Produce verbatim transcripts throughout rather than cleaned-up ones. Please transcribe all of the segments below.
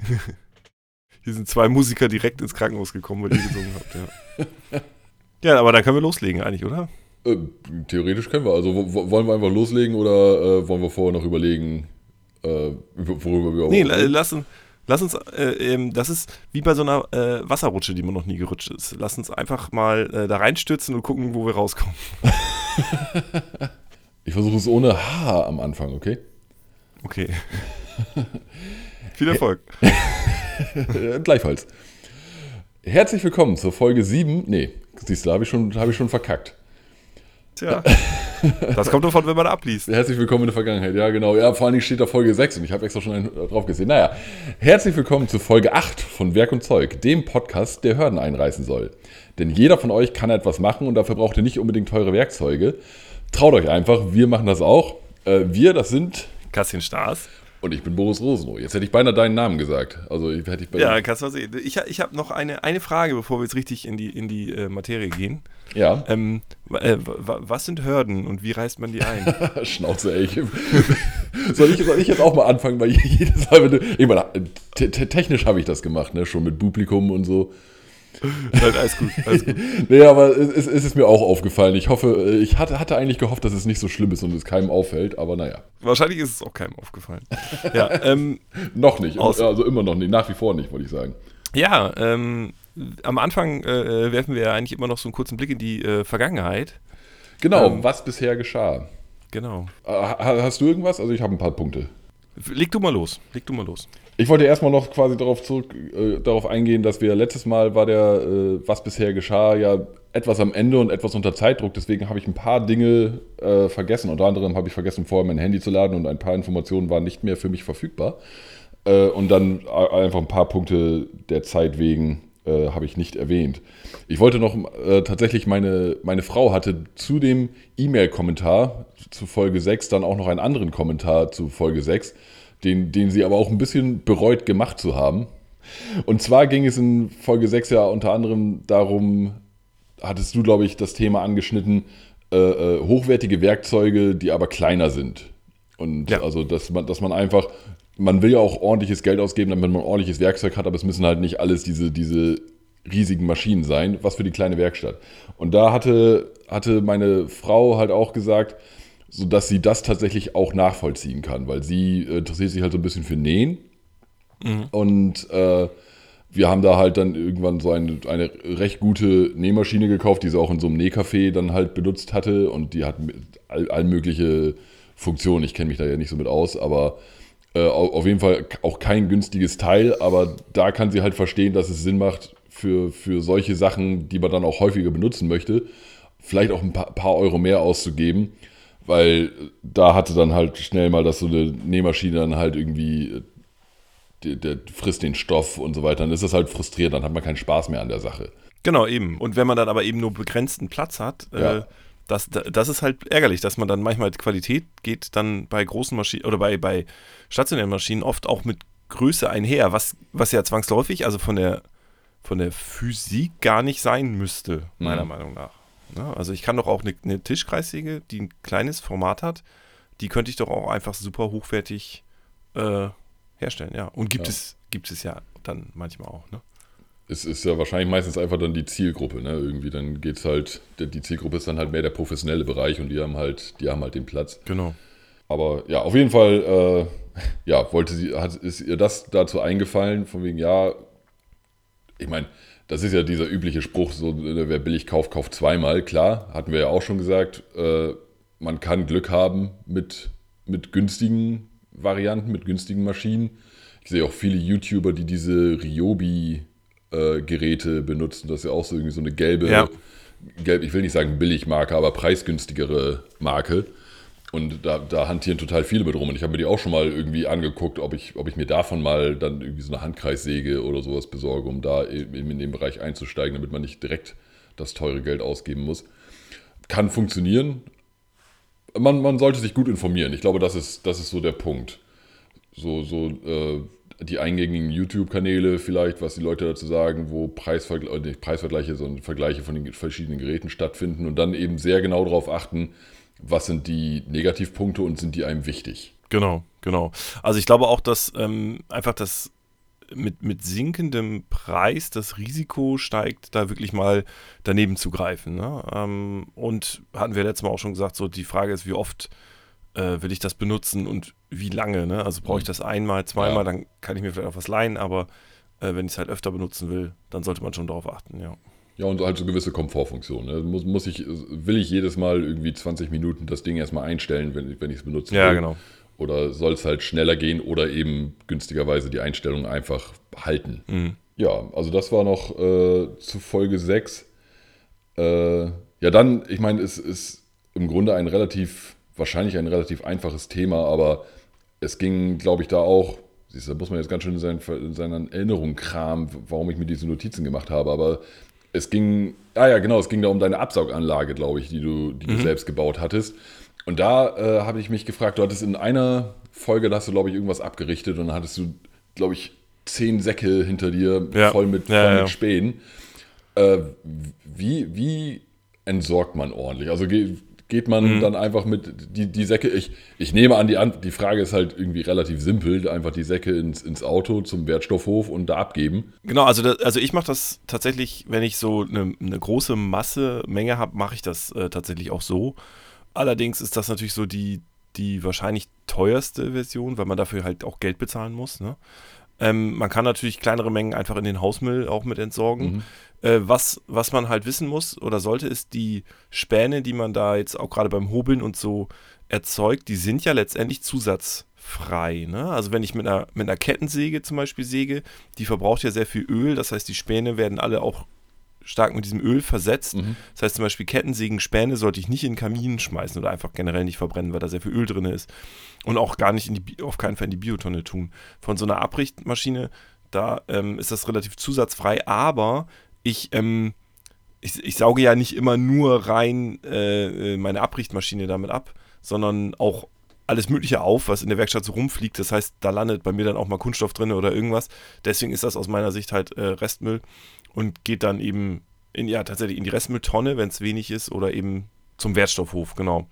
Hier sind zwei Musiker direkt ins Krankenhaus gekommen, weil ihr gesungen habt, ja. Ja, aber dann können wir loslegen eigentlich, oder? Äh, theoretisch können wir. Also w- wollen wir einfach loslegen oder äh, wollen wir vorher noch überlegen, äh, worüber wir Nee, auch la- reden? lass uns, lass uns äh, ähm, das ist wie bei so einer äh, Wasserrutsche, die man noch nie gerutscht ist. Lass uns einfach mal äh, da reinstürzen und gucken, wo wir rauskommen. Ich versuche es ohne H am Anfang, okay? Okay. Viel Erfolg. Äh, Gleichfalls. Herzlich willkommen zur Folge sieben. Nee, siehst du, habe ich, schon- hab ich schon verkackt. Tja. Das kommt davon, wenn man abliest. Herzlich willkommen in der Vergangenheit, ja genau. Ja, vor allen Dingen steht da Folge sechs und ich habe extra schon einen drauf gesehen. Naja, herzlich willkommen zu Folge acht von Werk und Zeug, dem Podcast, der Hürden einreißen soll. Denn jeder von euch kann etwas machen und dafür braucht ihr nicht unbedingt teure Werkzeuge. Traut euch einfach, wir machen das auch. Äh, wir, das sind... Kassin Staas. Und ich bin Boris Rosenow. Jetzt hätte ich beinahe deinen Namen gesagt. Also ich- hätte ich bei Ja, kannst du mal sehen. Ich, ich habe noch eine, eine Frage, bevor wir jetzt richtig in die, in die äh, Materie gehen. Ja. Ähm, w- äh, w- was sind Hürden und wie reißt man die ein? Schnauze, ey. Soll ich, soll ich jetzt auch mal anfangen, weil jedes Mal, wenn du, ich meine, te- te- technisch habe ich das gemacht, ne, schon mit Publikum und so. Nein, alles gut, alles gut. Nee, aber es, es ist mir auch aufgefallen. Ich hoffe, ich hatte, hatte eigentlich gehofft, dass es nicht so schlimm ist und es keinem auffällt, aber naja. Wahrscheinlich ist es auch keinem aufgefallen. Ja, ähm, Noch nicht, Aus- also immer noch nicht, nach wie vor nicht, wollte ich sagen. ja ähm, am Anfang äh, werfen wir ja eigentlich immer noch so einen kurzen Blick in die äh, Vergangenheit. Genau, Ähm. was bisher geschah. Genau. Äh, ha- Hast du irgendwas? Also ich habe ein paar Punkte. Leg du mal los, leg du mal los. Ich wollte erstmal noch quasi darauf zurück, äh, darauf eingehen, dass wir letztes Mal war der, äh, was bisher geschah, ja etwas am Ende und etwas unter Zeitdruck. Deswegen habe ich ein paar Dinge äh, vergessen. Unter anderem habe ich vergessen, vorher mein Handy zu laden und ein paar Informationen waren nicht mehr für mich verfügbar. Äh, und dann a- einfach ein paar Punkte der Zeit wegen äh, habe ich nicht erwähnt. Ich wollte noch äh, tatsächlich, meine, meine Frau hatte zu dem E-Mail-Kommentar zu Folge sechs dann auch noch einen anderen Kommentar zu Folge sechs, den, den sie aber auch ein bisschen bereut gemacht zu haben. Und zwar ging es in Folge sechs ja unter anderem darum, hattest du, glaube ich, das Thema angeschnitten, äh, äh, hochwertige Werkzeuge, die aber kleiner sind. Und Ja. also, dass man, dass man einfach, man will ja auch ordentliches Geld ausgeben, damit man ordentliches Werkzeug hat, aber es müssen halt nicht alles diese, diese riesigen Maschinen sein, was für die kleine Werkstatt. Und da hatte, hatte meine Frau halt auch gesagt, so dass sie das tatsächlich auch nachvollziehen kann, weil sie äh, interessiert sich halt so ein bisschen für Nähen. Und äh, wir haben da halt dann irgendwann so eine, eine recht gute Nähmaschine gekauft, die sie auch in so einem Nähcafé dann halt benutzt hatte und die hat mit all, all mögliche Funktionen. Ich kenne mich da ja nicht so mit aus, aber äh, au- auf jeden Fall auch kein günstiges Teil, aber da kann sie halt verstehen, dass es Sinn macht für, für solche Sachen, die man dann auch häufiger benutzen möchte, vielleicht auch ein paar, paar Euro mehr auszugeben, weil da hatte dann halt schnell mal, dass so eine Nähmaschine dann halt irgendwie, der, der frisst den Stoff und so weiter, dann ist das halt frustrierend, dann hat man keinen Spaß mehr an der Sache. Genau, eben. Und wenn man dann aber eben nur begrenzten Platz hat, Ja. äh, das, das ist halt ärgerlich, dass man dann manchmal die Qualität geht dann bei großen Maschinen oder bei, bei stationären Maschinen oft auch mit Größe einher, was, was ja zwangsläufig, also von der, von der Physik gar nicht sein müsste, meiner Mhm. Meinung nach. Ja, also ich kann doch auch eine, eine Tischkreissäge, die ein kleines Format hat, die könnte ich doch auch einfach super hochwertig äh, herstellen, ja. Und gibt Ja. es gibt es ja dann manchmal auch, ne? Es ist ja wahrscheinlich meistens einfach dann die Zielgruppe, ne? Irgendwie, dann geht's halt, die die Zielgruppe ist dann halt mehr der professionelle Bereich und die haben halt, die haben halt den Platz. Genau. Aber ja, auf jeden Fall, äh, ja, wollte sie, hat, ist ihr das dazu eingefallen, von wegen, ja, ich meine, das ist ja dieser übliche Spruch, so, äh, wer billig kauft, kauft zweimal. Klar, hatten wir ja auch schon gesagt, äh, man kann Glück haben mit, mit günstigen Varianten, mit günstigen Maschinen. Ich sehe auch viele YouTuber, die diese Ryobi-Geräte benutzen. Das ist ja auch so irgendwie so eine gelbe, Ja. gelb, ich will nicht sagen Billigmarke, aber preisgünstigere Marke. Und da, da hantieren total viele mit rum. Und ich habe mir die auch schon mal irgendwie angeguckt, ob ich, ob ich mir davon mal dann irgendwie so eine Handkreissäge oder sowas besorge, um da eben in den Bereich einzusteigen, damit man nicht direkt das teure Geld ausgeben muss. Kann funktionieren. Man, man sollte sich gut informieren. Ich glaube, das ist, das ist so der Punkt. So, so äh, die eingängigen YouTube-Kanäle vielleicht, was die Leute dazu sagen, wo Preisvergle- äh, nicht Preisvergleiche, sondern Vergleiche von den verschiedenen Geräten stattfinden und dann eben sehr genau darauf achten, was sind die Negativpunkte und sind die einem wichtig. Genau, genau. Also ich glaube auch, dass ähm, einfach das mit, mit sinkendem Preis das Risiko steigt, da wirklich mal daneben zu greifen. Ne? Ähm, und hatten wir letztes Mal auch schon gesagt, so die Frage ist, wie oft äh, will ich das benutzen und wie lange. Ne? Also brauche ich das einmal, zweimal, Ja. dann kann ich mir vielleicht auch was leihen, aber äh, wenn ich es halt öfter benutzen will, dann sollte man schon darauf achten, ja. Ja, und halt so gewisse Komfortfunktionen. Ne? Muss, muss ich, will ich jedes Mal irgendwie zwanzig Minuten das Ding erstmal einstellen, wenn, ich- wenn ich es benutzen will? Ja, genau. Oder soll es halt schneller gehen oder eben günstigerweise die Einstellung einfach halten? Mhm. Ja, also das war noch äh, zu Folge sechs. Äh, ja, dann, ich meine, es ist im Grunde ein relativ, wahrscheinlich ein relativ einfaches Thema, aber es ging, glaube ich, da auch, siehst du, da muss man jetzt ganz schön in, seinen, in seiner Erinnerung kramen, warum ich mir diese Notizen gemacht habe, aber es ging, ah ja, genau, es ging da um deine Absauganlage, glaube ich, die du, die du Mhm. selbst gebaut hattest. Und da äh, habe ich mich gefragt, du hattest in einer Folge, da hast du, glaube ich, irgendwas abgerichtet und dann hattest du, glaube ich, zehn Säcke hinter dir Ja. voll mit, Ja, voll ja. mit Spänen. Äh, wie, wie entsorgt man ordentlich? Also ge geht man Mhm. dann einfach mit die, die Säcke, ich, ich nehme an, die, An die Frage ist halt irgendwie relativ simpel, einfach die Säcke ins, ins Auto zum Wertstoffhof und da abgeben. Genau, also, das, also ich mache das tatsächlich, wenn ich so eine, eine große Masse, Menge habe, mache ich das äh, tatsächlich auch so. Allerdings ist das natürlich so die, die wahrscheinlich teuerste Version, weil man dafür halt auch Geld bezahlen muss. Ne? Ähm, man kann natürlich kleinere Mengen einfach in den Hausmüll auch mit entsorgen. Mhm. Äh, was, was man halt wissen muss oder sollte, ist die Späne, die man da jetzt auch gerade beim Hobeln und so erzeugt, die sind ja letztendlich zusatzfrei. Ne? Also wenn ich mit einer, mit einer Kettensäge zum Beispiel säge, die verbraucht ja sehr viel Öl, das heißt, die Späne werden alle auch stark mit diesem Öl versetzt. Mhm. Das heißt zum Beispiel Kettensägen, Späne sollte ich nicht in den Kamin schmeißen oder einfach generell nicht verbrennen, weil da sehr viel Öl drin ist. Und auch gar nicht in die, auf keinen Fall in die Biotonne tun. Von so einer Abrichtmaschine, da ähm, ist das relativ zusatzfrei, aber ich, ähm, ich, ich sauge ja nicht immer nur rein äh, meine Abrichtmaschine damit ab, sondern auch alles Mögliche auf, was in der Werkstatt so rumfliegt. Das heißt, da landet bei mir dann auch mal Kunststoff drin oder irgendwas. Deswegen ist das aus meiner Sicht halt äh, Restmüll und geht dann eben in, ja, tatsächlich in die Restmülltonne, wenn es wenig ist, oder eben zum Wertstoffhof, genau.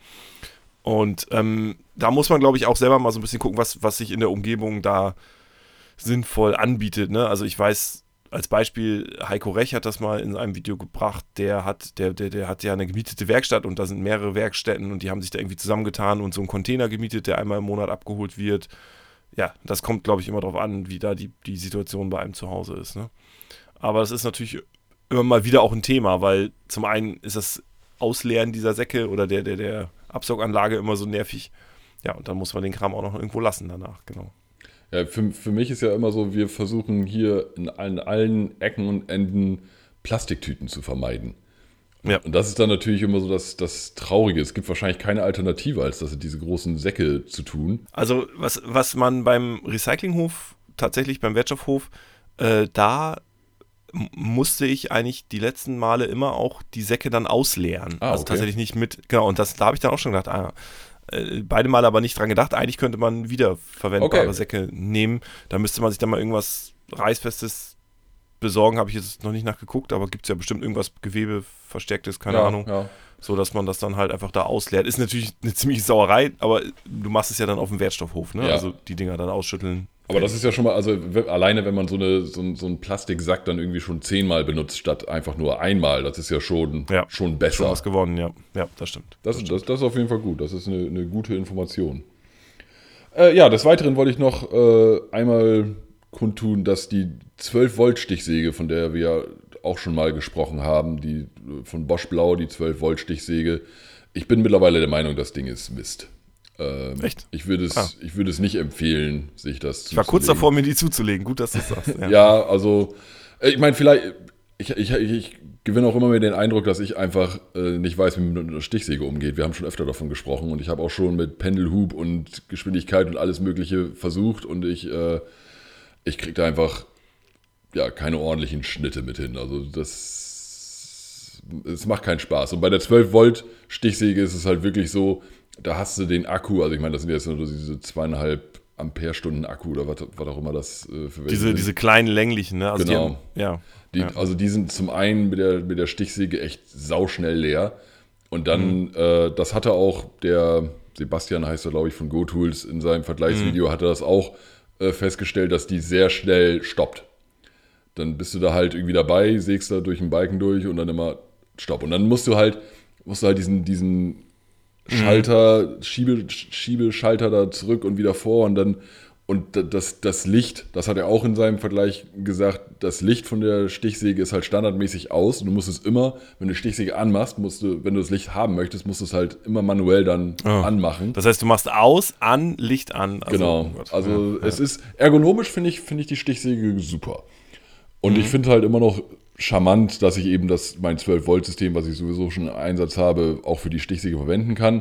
Und ähm, da muss man, glaube ich, auch selber mal so ein bisschen gucken, was, was sich in der Umgebung da sinnvoll anbietet. Ne? Also ich weiß, als Beispiel, Heiko Rech hat das mal in einem Video gebracht, der hat, der, der, der hat ja eine gemietete Werkstatt und da sind mehrere Werkstätten und die haben sich da irgendwie zusammengetan und so einen Container gemietet, der einmal im Monat abgeholt wird. Ja, das kommt, glaube ich, immer darauf an, wie da die, die Situation bei einem zu Hause ist. Ne? Aber das ist natürlich immer mal wieder auch ein Thema, weil zum einen ist das Ausleeren dieser Säcke oder der, der, der Absauganlage immer so nervig. Ja, und dann muss man den Kram auch noch irgendwo lassen danach, genau. Ja, für, für mich ist ja immer so, wir versuchen hier in allen, allen Ecken und Enden Plastiktüten zu vermeiden. Ja. Und das ist dann natürlich immer so das, das Traurige. Es gibt wahrscheinlich keine Alternative, als das in diese großen Säcke zu tun. Also was, was man beim Recyclinghof, tatsächlich beim Wertstoffhof, äh, da m- musste ich eigentlich die letzten Male immer auch die Säcke dann ausleeren. Ah, Also okay. tatsächlich nicht mit, genau, und das, da habe ich dann auch schon gedacht, ah, äh, beide Male aber nicht dran gedacht, eigentlich könnte man wiederverwendbare Okay. Säcke nehmen. Da müsste man sich dann mal irgendwas Reißfestes besorgen, habe ich jetzt noch nicht nachgeguckt, aber gibt es ja bestimmt irgendwas Gewebeverstärktes, keine ja, Ahnung. Ja. So dass man das dann halt einfach da ausleert. Ist natürlich eine ziemliche Sauerei, aber du machst es ja dann auf dem Wertstoffhof, ne? Ja. Also die Dinger dann ausschütteln. Aber das ist ja schon mal, also we- alleine wenn man so, eine, so, ein- so einen Plastiksack dann irgendwie schon zehnmal benutzt, statt einfach nur einmal, das ist ja schon, Ja, schon besser. Schon was gewonnen, ja. Ja, das stimmt. Das, das, das ist auf jeden Fall gut. Das ist eine, eine gute Information. Äh, ja, des Weiteren wollte ich noch äh, einmal kundtun, dass die zwölf Volt Stichsäge, von der wir auch schon mal gesprochen haben, die äh, von Bosch Blau, die zwölf Volt Stichsäge, ich bin mittlerweile der Meinung, das Ding ist Mist. Ähm, Echt? Ich würde es, Ah. ich würde es nicht empfehlen, sich das Ich war kurz davor, mir die zuzulegen. Gut, dass du es sagst. Ja. Ja, also, äh, ich meine, vielleicht, ich, ich, ich, ich gewinne auch immer mehr den Eindruck, dass ich einfach äh, nicht weiß, wie man mit einer Stichsäge umgeht. Wir haben schon öfter davon gesprochen und ich habe auch schon mit Pendelhub und Geschwindigkeit und alles Mögliche versucht und ich, äh, ich kriege da einfach ja, keine ordentlichen Schnitte mit hin. Also das, es macht keinen Spaß. Und bei der zwölf Volt Stichsäge ist es halt wirklich so, da hast du den Akku, also ich meine, das sind jetzt nur diese zweieinhalb Ampere-Stunden Akku oder was, was auch immer das äh, für welche Diese, sind. diese kleinen länglichen, ne? Also Genau. Die haben, ja. Die, ja. Also die sind zum einen mit der, mit der Stichsäge echt sauschnell leer. Und dann, Mhm. äh, das hatte auch der Sebastian, heißt er glaube ich, von GoTools, in seinem Vergleichsvideo, Mhm. hatte das auch äh, festgestellt, dass die sehr schnell stoppt. Dann bist du da halt irgendwie dabei, sägst da durch den Balken durch und dann immer Stopp. Und dann musst du halt, musst du halt diesen, diesen Schalter, Schiebe, Schiebeschalter da zurück und wieder vor und dann, und das, das Licht, das hat er auch in seinem Vergleich gesagt, das Licht von der Stichsäge ist halt standardmäßig aus und du musst es immer, wenn du die Stichsäge anmachst, musst du, wenn du das Licht haben möchtest, musst du es halt immer manuell dann oh. anmachen. Das heißt, du machst aus, an, Licht an. Also, genau, also ja, es ja. ist, ergonomisch finde ich, finde ich die Stichsäge super. Und mhm. ich finde halt immer noch charmant, dass ich eben das, mein zwölf-Volt-System, was ich sowieso schon im Einsatz habe, auch für die Stichsäge verwenden kann.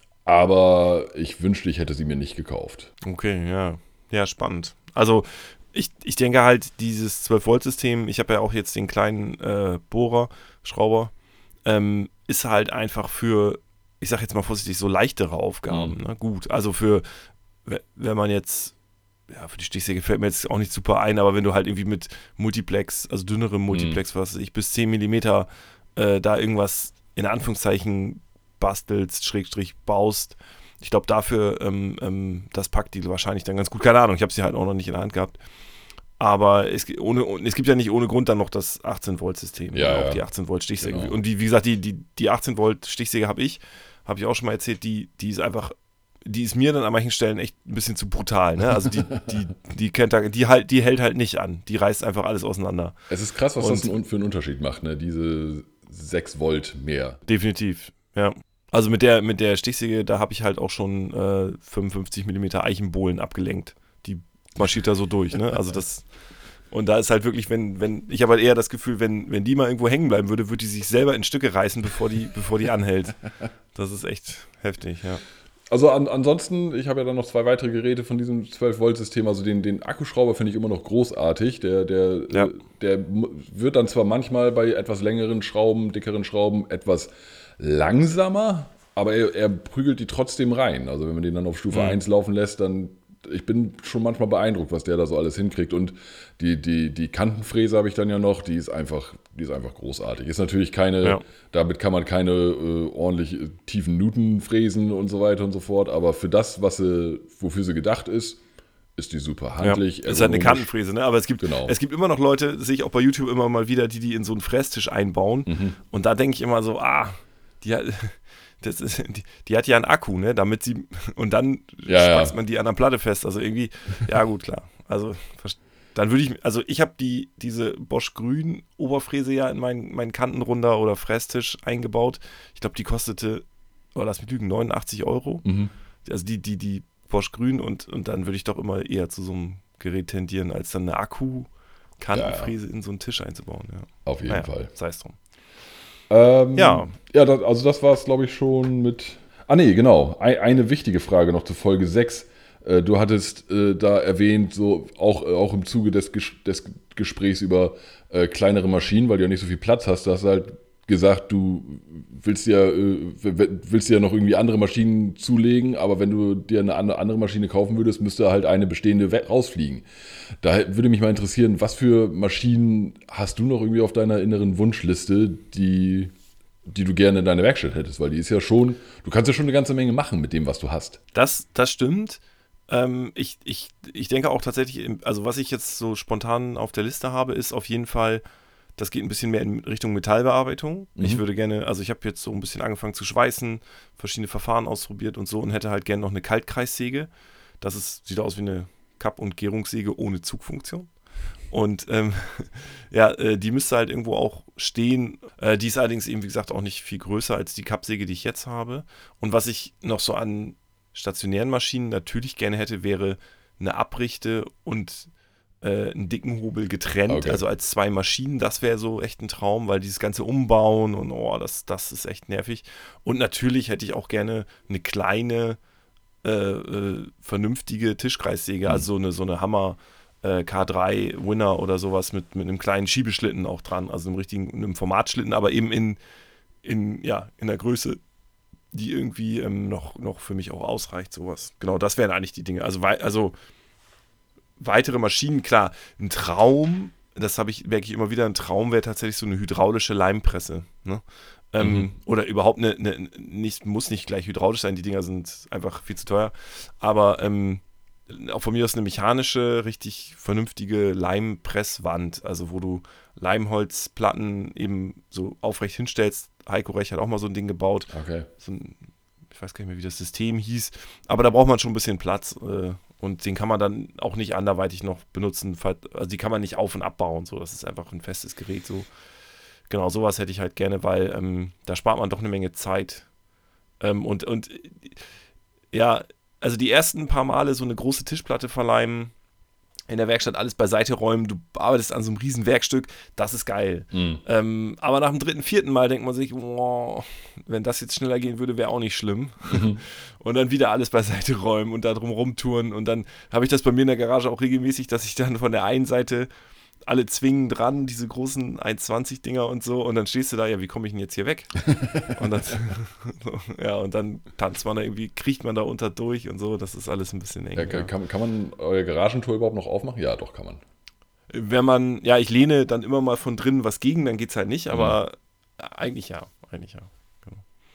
Aber ich wünschte, ich hätte sie mir nicht gekauft. Okay, ja. Ja, spannend. Also ich, ich denke halt, dieses zwölf-Volt-System, ich habe ja auch jetzt den kleinen äh, Bohrer, Schrauber, ähm, ist halt einfach für, ich sag jetzt mal vorsichtig, so leichtere Aufgaben. Mhm. Ne? Gut, also für, wenn man jetzt, ja, für die Stichsäge fällt mir jetzt auch nicht super ein, aber wenn du halt irgendwie mit Multiplex, also dünnerem Multiplex, mhm. was weiß ich, bis zehn Millimeter äh, da irgendwas in Anführungszeichen bastelst, Schrägstrich baust, ich glaube, dafür, ähm, ähm, das packt die wahrscheinlich dann ganz gut. Keine Ahnung, ich habe sie halt auch noch nicht in der Hand gehabt. Aber es, ohne, es gibt ja nicht ohne Grund dann noch das achtzehn-Volt-System. Ja, auch ja. die achtzehn-Volt-Stichsäge. Genau. Und die, wie gesagt, die, die, die achtzehn-Volt-Stichsäge habe ich, habe ich auch schon mal erzählt, die, die ist einfach, die ist mir dann an manchen Stellen echt ein bisschen zu brutal. Ne? Also die, die, die, kennt da, die, halt, die hält halt nicht an. Die reißt einfach alles auseinander. Es ist krass, was Und, das für einen Unterschied macht, ne? Diese sechs Volt mehr. Definitiv, ja. Also mit der, mit der Stichsäge, da habe ich halt auch schon äh, fünfundfünfzig Millimeter Eichenbohlen abgelenkt. Die marschiert da so durch, ne? Also das, und da ist halt wirklich, wenn, wenn, ich habe halt eher das Gefühl, wenn, wenn die mal irgendwo hängen bleiben würde, würde die sich selber in Stücke reißen, bevor die, bevor die anhält. Das ist echt heftig, ja. Also an, ansonsten, ich habe ja dann noch zwei weitere Geräte von diesem zwölf-Volt-System, also den, den Akkuschrauber finde ich immer noch großartig. Der, der, ja. der wird dann zwar manchmal bei etwas längeren Schrauben, dickeren Schrauben etwas langsamer, aber er, er prügelt die trotzdem rein. Also wenn man den dann auf Stufe mhm. eins laufen lässt, dann, ich bin schon manchmal beeindruckt, was der da so alles hinkriegt. Und die, die, die Kantenfräse habe ich dann ja noch, die ist einfach, die ist einfach großartig. Ist natürlich keine, ja. damit kann man keine äh, ordentlich äh, tiefen Newton fräsen und so weiter und so fort, aber für das, was sie, wofür sie gedacht ist, ist die super handlich. Ja, ist halt eine Kantenfräse, ne? Aber es gibt, genau. es gibt immer noch Leute, sehe ich auch bei YouTube immer mal wieder, die die in so einen Frästisch einbauen. Mhm. Und da denke ich immer so, ah, die hat, das ist, die, die hat ja einen Akku, ne, damit sie, und dann ja, spaßt ja. man die an der Platte fest, also irgendwie, ja gut, klar, also dann würde ich, also ich habe die, diese Bosch Grün Oberfräse ja in meinen, meinen Kantenrunder oder Frästisch eingebaut, ich glaube, die kostete, oh, lass mich lügen, neunundachtzig Euro, mhm. also die, die, die Bosch Grün und, und dann würde ich doch immer eher zu so einem Gerät tendieren, als dann eine Akku-Kantenfräse ja, ja. in so einen Tisch einzubauen, ja. Auf jeden naja, Fall. sei es drum. Ähm, ja. Ja, das, also das war es, glaube ich, schon mit... Ah nee, genau. Ein, eine wichtige Frage noch zu Folge sechs. Äh, du hattest äh, da erwähnt, so auch, äh, auch im Zuge des, Ges- des Gesprächs über äh, kleinere Maschinen, weil du ja nicht so viel Platz hast, da hast du halt gesagt, du willst ja, äh, willst ja noch irgendwie andere Maschinen zulegen, aber wenn du dir eine andere Maschine kaufen würdest, müsste halt eine bestehende rausfliegen. Da würde mich mal interessieren, was für Maschinen hast du noch irgendwie auf deiner inneren Wunschliste, die, die du gerne in deiner Werkstatt hättest? Weil die ist ja schon, du kannst ja schon eine ganze Menge machen mit dem, was du hast. Das, das stimmt. Ähm, ich, ich, ich denke auch tatsächlich, also was ich jetzt so spontan auf der Liste habe, ist auf jeden Fall, das geht ein bisschen mehr in Richtung Metallbearbeitung. Mhm. Ich würde gerne, also ich habe jetzt so ein bisschen angefangen zu schweißen, verschiedene Verfahren ausprobiert und so und hätte halt gerne noch eine Kaltkreissäge. Das ist, sieht aus wie eine Kapp- und Gärungssäge ohne Zugfunktion. Und ähm, ja, äh, die müsste halt irgendwo auch stehen. Äh, die ist allerdings eben, wie gesagt, auch nicht viel größer als die Kappsäge, die ich jetzt habe. Und was ich noch so an stationären Maschinen natürlich gerne hätte, wäre eine Abrichte und äh, einen dicken Hobel getrennt, okay. also als zwei Maschinen. Das wäre so echt ein Traum, weil dieses ganze Umbauen und oh, das, das ist echt nervig. Und natürlich hätte ich auch gerne eine kleine, äh, äh, vernünftige Tischkreissäge, mhm. also so eine, so eine Hammer äh, K drei Winner oder sowas mit, mit einem kleinen Schiebeschlitten auch dran, also einem richtigen, einem Formatschlitten, aber eben in, in, ja, in der Größe, die irgendwie ähm, noch, noch für mich auch ausreicht, sowas. Genau, das wären eigentlich die Dinge. Also, wei- also weitere Maschinen, klar, ein Traum, das habe ich, merke ich immer wieder, ein Traum wäre tatsächlich so eine hydraulische Leimpresse, ne? Ähm, Mhm. Oder überhaupt eine, eine, nicht, muss nicht gleich hydraulisch sein, die Dinger sind einfach viel zu teuer, aber ähm, auch von mir aus eine mechanische, richtig vernünftige Leimpresswand, also wo du Leimholzplatten eben so aufrecht hinstellst. Heiko Rech hat auch mal so ein Ding gebaut. Okay. So ein, ich weiß gar nicht mehr, wie das System hieß, aber da braucht man schon ein bisschen Platz äh, und den kann man dann auch nicht anderweitig noch benutzen. Also die kann man nicht auf- und abbauen, so. Das ist einfach ein festes Gerät, so. Genau, sowas hätte ich halt gerne, weil ähm, da spart man doch eine Menge Zeit. Ähm, und, und ja, also die ersten paar Male so eine große Tischplatte verleimen, in der Werkstatt alles beiseite räumen, du arbeitest an so einem riesen Werkstück, das ist geil. Mhm. Ähm, aber nach dem dritten, vierten Mal denkt man sich, wow, wenn das jetzt schneller gehen würde, wäre auch nicht schlimm. Mhm. Und dann wieder alles beiseite räumen und da drum rumtouren. Und dann habe ich das bei mir in der Garage auch regelmäßig, dass ich dann von der einen Seite alle zwingen dran, diese großen eins zwanzig Dinger und so, und dann stehst du da, ja, wie komme ich denn jetzt hier weg? Und dann, ja, und dann tanzt man da irgendwie, kriecht man da unter durch und so, das ist alles ein bisschen eng. Ja, Ja. kann, kann man euer Garagentor überhaupt noch aufmachen? Ja, doch, kann man. Wenn man, ja, ich lehne dann immer mal von drinnen was gegen, dann geht's halt nicht, aber mhm. eigentlich ja, eigentlich ja. Genau.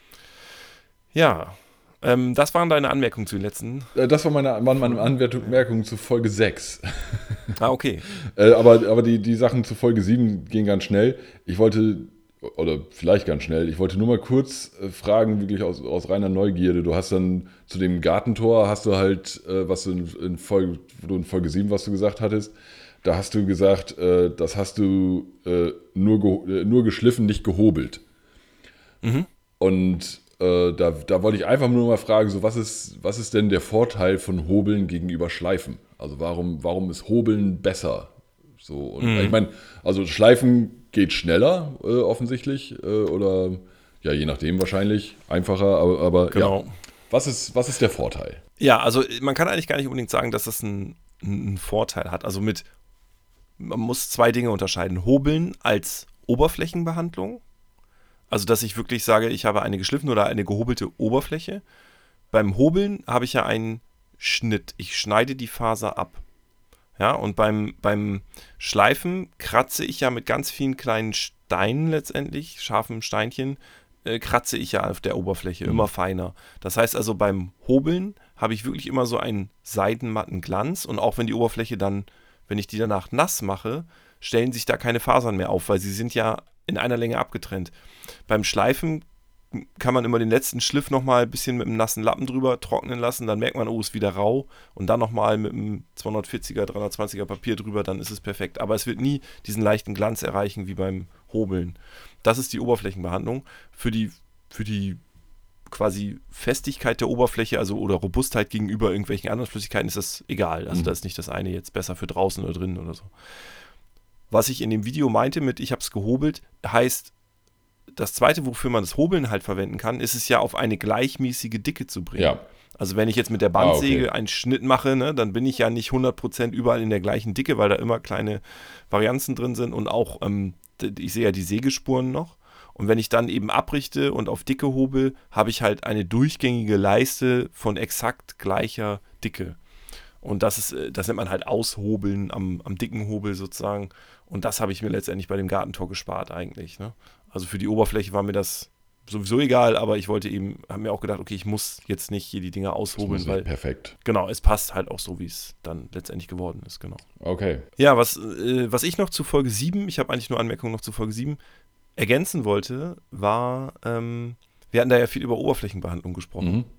Ja, ähm, das waren deine Anmerkungen zu den letzten. Das war meine, waren meine Anmerkungen zu Folge sechs. Ah, okay. äh, aber aber die, die Sachen zu Folge sieben gehen ganz schnell. Ich wollte, oder vielleicht ganz schnell, ich wollte nur mal kurz äh, fragen, wirklich aus, aus reiner Neugierde. Du hast dann zu dem Gartentor, hast du halt, äh, was du in, in Folge, wo du in Folge sieben, was du gesagt hattest, da hast du gesagt, äh, das hast du äh, nur, ge, äh, nur geschliffen, nicht gehobelt. Mhm. Und äh, da, da wollte ich einfach nur mal fragen, so was ist, was ist denn der Vorteil von Hobeln gegenüber Schleifen? Also warum, warum ist Hobeln besser? So, und Mhm. ich meine, also Schleifen geht schneller äh, offensichtlich äh, oder ja, je nachdem wahrscheinlich einfacher, aber, aber Genau. ja. Was ist, was ist der Vorteil? Ja, also man kann eigentlich gar nicht unbedingt sagen, dass das einen, einen Vorteil hat. Also mit, man muss zwei Dinge unterscheiden. Hobeln als Oberflächenbehandlung. Also, dass ich wirklich sage, ich habe eine geschliffene oder eine gehobelte Oberfläche. Beim Hobeln habe ich ja einen Schnitt. Ich schneide die Faser ab. Ja, und beim, beim Schleifen kratze ich ja mit ganz vielen kleinen Steinen letztendlich, scharfen Steinchen, äh, kratze ich ja auf der Oberfläche, mhm. immer feiner. Das heißt also, beim Hobeln habe ich wirklich immer so einen seidenmatten Glanz, und auch wenn die Oberfläche dann, wenn ich die danach nass mache, stellen sich da keine Fasern mehr auf, weil sie sind ja in einer Länge abgetrennt. Beim Schleifen kann man immer den letzten Schliff nochmal ein bisschen mit einem nassen Lappen drüber trocknen lassen, dann merkt man, oh, ist wieder rau, und dann nochmal mit einem zweihundertvierziger, dreihundertzwanziger Papier drüber, dann ist es perfekt. Aber es wird nie diesen leichten Glanz erreichen wie beim Hobeln. Das ist die Oberflächenbehandlung. Für die, für die quasi Festigkeit der Oberfläche, also oder Robustheit gegenüber irgendwelchen anderen Flüssigkeiten, ist das egal. Also mhm. da ist nicht das eine jetzt besser für draußen oder drinnen oder so. Was ich in dem Video meinte mit ich habe es gehobelt, heißt, das zweite, wofür man das Hobeln halt verwenden kann, ist es ja auf eine gleichmäßige Dicke zu bringen. Ja. Also wenn ich jetzt mit der Bandsäge ah, okay. einen Schnitt mache, ne, dann bin ich ja nicht hundert Prozent überall in der gleichen Dicke, weil da immer kleine Varianzen drin sind, und auch, ähm, ich sehe ja die Sägespuren noch. Und wenn ich dann eben abrichte und auf Dicke hobel, habe ich halt eine durchgängige Leiste von exakt gleicher Dicke. Und das ist, das nennt man halt Aushobeln am, am dicken Hobel sozusagen. Und das habe ich mir letztendlich bei dem Gartentor gespart eigentlich. Ne? Also für die Oberfläche war mir das sowieso egal, aber ich wollte eben, habe mir auch gedacht, okay, ich muss jetzt nicht hier die Dinger aushobeln, weil perfekt. Genau, es passt halt auch so, wie es dann letztendlich geworden ist, genau. Okay. Ja, was, äh, was ich noch zu Folge sieben, ich habe eigentlich nur Anmerkungen noch zu Folge sieben, ergänzen wollte, war, ähm, wir hatten da ja viel über Oberflächenbehandlung gesprochen. Mhm.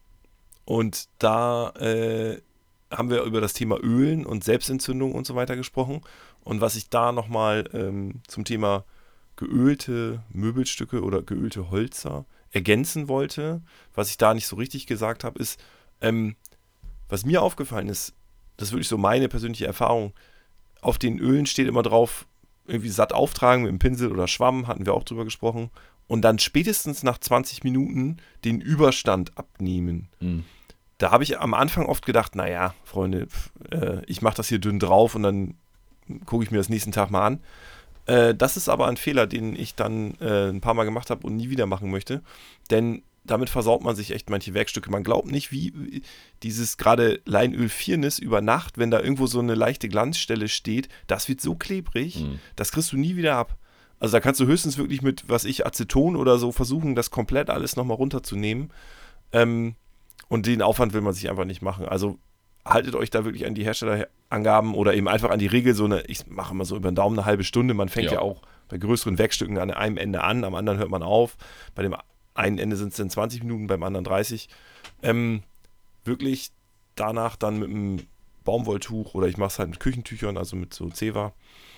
Und da äh, haben wir über das Thema Ölen und Selbstentzündung und so weiter gesprochen. Und was ich da nochmal ähm, zum Thema geölte Möbelstücke oder geölte Holzer ergänzen wollte, was ich da nicht so richtig gesagt habe, ist, ähm, was mir aufgefallen ist, das ist wirklich so meine persönliche Erfahrung, auf den Ölen steht immer drauf, irgendwie satt auftragen mit einem Pinsel oder Schwamm, hatten wir auch drüber gesprochen, und dann spätestens nach zwanzig Minuten den Überstand abnehmen. Mhm. Da habe ich am Anfang oft gedacht, naja, Freunde, pf, äh, ich mache das hier dünn drauf und dann gucke ich mir das nächsten Tag mal an. Äh, das ist aber ein Fehler, den ich dann äh, ein paar Mal gemacht habe und nie wieder machen möchte, denn damit versaut man sich echt manche Werkstücke. Man glaubt nicht, wie dieses gerade Leinöl-Firnis über Nacht, wenn da irgendwo so eine leichte Glanzstelle steht, das wird so klebrig, mhm. das kriegst du nie wieder ab. Also da kannst du höchstens wirklich mit, was ich, Aceton oder so versuchen, das komplett alles nochmal runterzunehmen. Ähm, und den Aufwand will man sich einfach nicht machen. Also haltet euch da wirklich an die Herstellerangaben oder eben einfach an die Regel, so eine, ich mache immer so über den Daumen eine halbe Stunde, man fängt ja, ja auch bei größeren Werkstücken an einem Ende an, am anderen hört man auf, bei dem einen Ende sind es dann zwanzig Minuten, beim anderen dreißig. Ähm, wirklich danach dann mit einem Baumwolltuch oder ich mache es halt mit Küchentüchern, also mit so Zewa,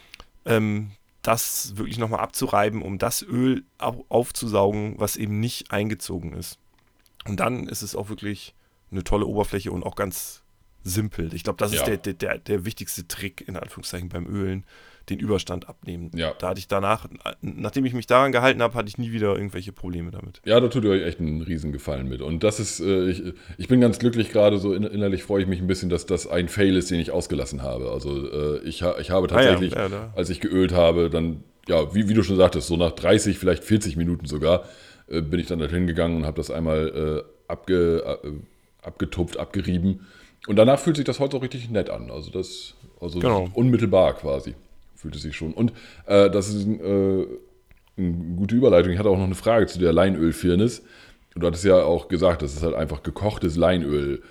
ähm, das wirklich nochmal abzureiben, um das Öl au- aufzusaugen, was eben nicht eingezogen ist. Und dann ist es auch wirklich eine tolle Oberfläche und auch ganz simpel. Ich glaube, das ist Ja. der, der, der wichtigste Trick, in Anführungszeichen, beim Ölen, den Überstand abnehmen. Ja. Da hatte ich danach, nachdem ich mich daran gehalten habe, hatte ich nie wieder irgendwelche Probleme damit. Ja, da tut ihr euch echt einen Riesengefallen mit. Und das ist, äh, ich, ich bin ganz glücklich gerade, so in, innerlich freue ich mich ein bisschen, dass das ein Fail ist, den ich ausgelassen habe. Also äh, ich, ha, ich habe tatsächlich, ah ja, ja, als ich geölt habe, dann, ja, wie, wie du schon sagtest, so nach dreißig, vielleicht vierzig Minuten sogar, äh, bin ich dann dorthin gegangen und habe das einmal äh, abge, äh, abgetupft, abgerieben. Und danach fühlt sich das heute auch richtig nett an. Also das, also Genau. unmittelbar quasi fühlt es sich schon. Und äh, das ist ein, äh, eine gute Überleitung. Ich hatte auch noch eine Frage zu der Leinölfirnis. Du hattest ja auch gesagt, das ist halt einfach gekochtes Leinöl.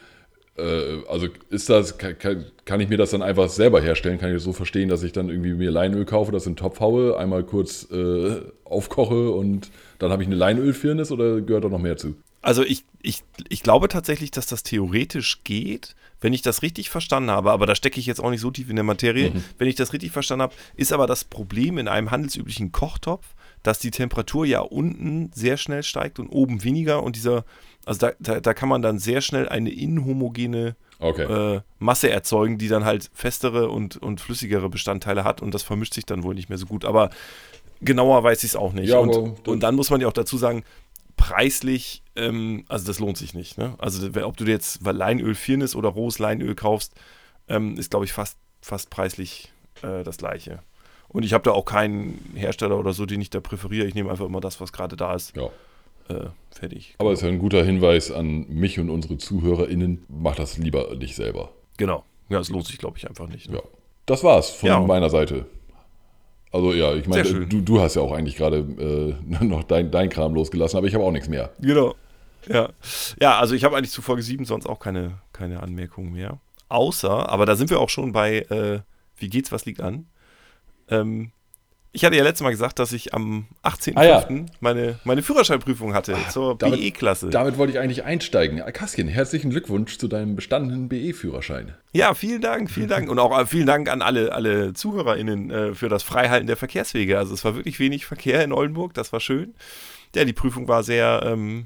Äh, also ist das, kann, kann ich mir das dann einfach selber herstellen? Kann ich das so verstehen, dass ich dann irgendwie mir Leinöl kaufe, das in den Topf haue, einmal kurz äh, aufkoche und dann habe ich eine Leinölfirnis oder gehört da noch mehr zu? Also ich, ich, ich glaube tatsächlich, dass das theoretisch geht, wenn ich das richtig verstanden habe, aber da stecke ich jetzt auch nicht so tief in der Materie. Mhm. Wenn ich das richtig verstanden habe, ist aber das Problem in einem handelsüblichen Kochtopf, dass die Temperatur ja unten sehr schnell steigt und oben weniger und dieser, also da, da, da kann man dann sehr schnell eine inhomogene okay. äh, Masse erzeugen, die dann halt festere und, und flüssigere Bestandteile hat und das vermischt sich dann wohl nicht mehr so gut, aber genauer weiß ich es auch nicht. Ja, und, und dann muss man ja auch dazu sagen, preislich, ähm, also das lohnt sich nicht. Ne? Also ob du dir jetzt Leinöl Firnis oder rohes Leinöl kaufst, ähm, ist, glaube ich, fast, fast preislich äh, das Gleiche. Und ich habe da auch keinen Hersteller oder so, den ich da präferiere. Ich nehme einfach immer das, was gerade da ist. Ja. Äh, fertig. Aber es ist ja ein guter Hinweis an mich und unsere ZuhörerInnen. Macht das lieber nicht selber. Genau. Ja, es lohnt sich, glaube ich, einfach nicht. Ne? Ja. Das war's von ja. meiner Seite. Also ja, ich meine, du, du hast ja auch eigentlich gerade äh, noch dein, dein Kram losgelassen, aber ich habe auch nichts mehr. Genau. Ja, ja, also ich habe eigentlich zu Folge sieben sonst auch keine, keine Anmerkungen mehr. Außer, aber da sind wir auch schon bei, äh, wie geht's, was liegt an? Ähm, ich hatte ja letztes Mal gesagt, dass ich am achtzehnten fünften Ah, ja. meine, meine Führerscheinprüfung hatte Ach, zur damit, B E-Klasse. Damit wollte ich eigentlich einsteigen. Kaskien, herzlichen Glückwunsch zu deinem bestandenen B E-Führerschein. Ja, vielen Dank, vielen Dank. Und auch vielen Dank an alle, alle ZuhörerInnen äh, für das Freihalten der Verkehrswege. Also es war wirklich wenig Verkehr in Oldenburg, das war schön. Ja, die Prüfung war sehr, ähm,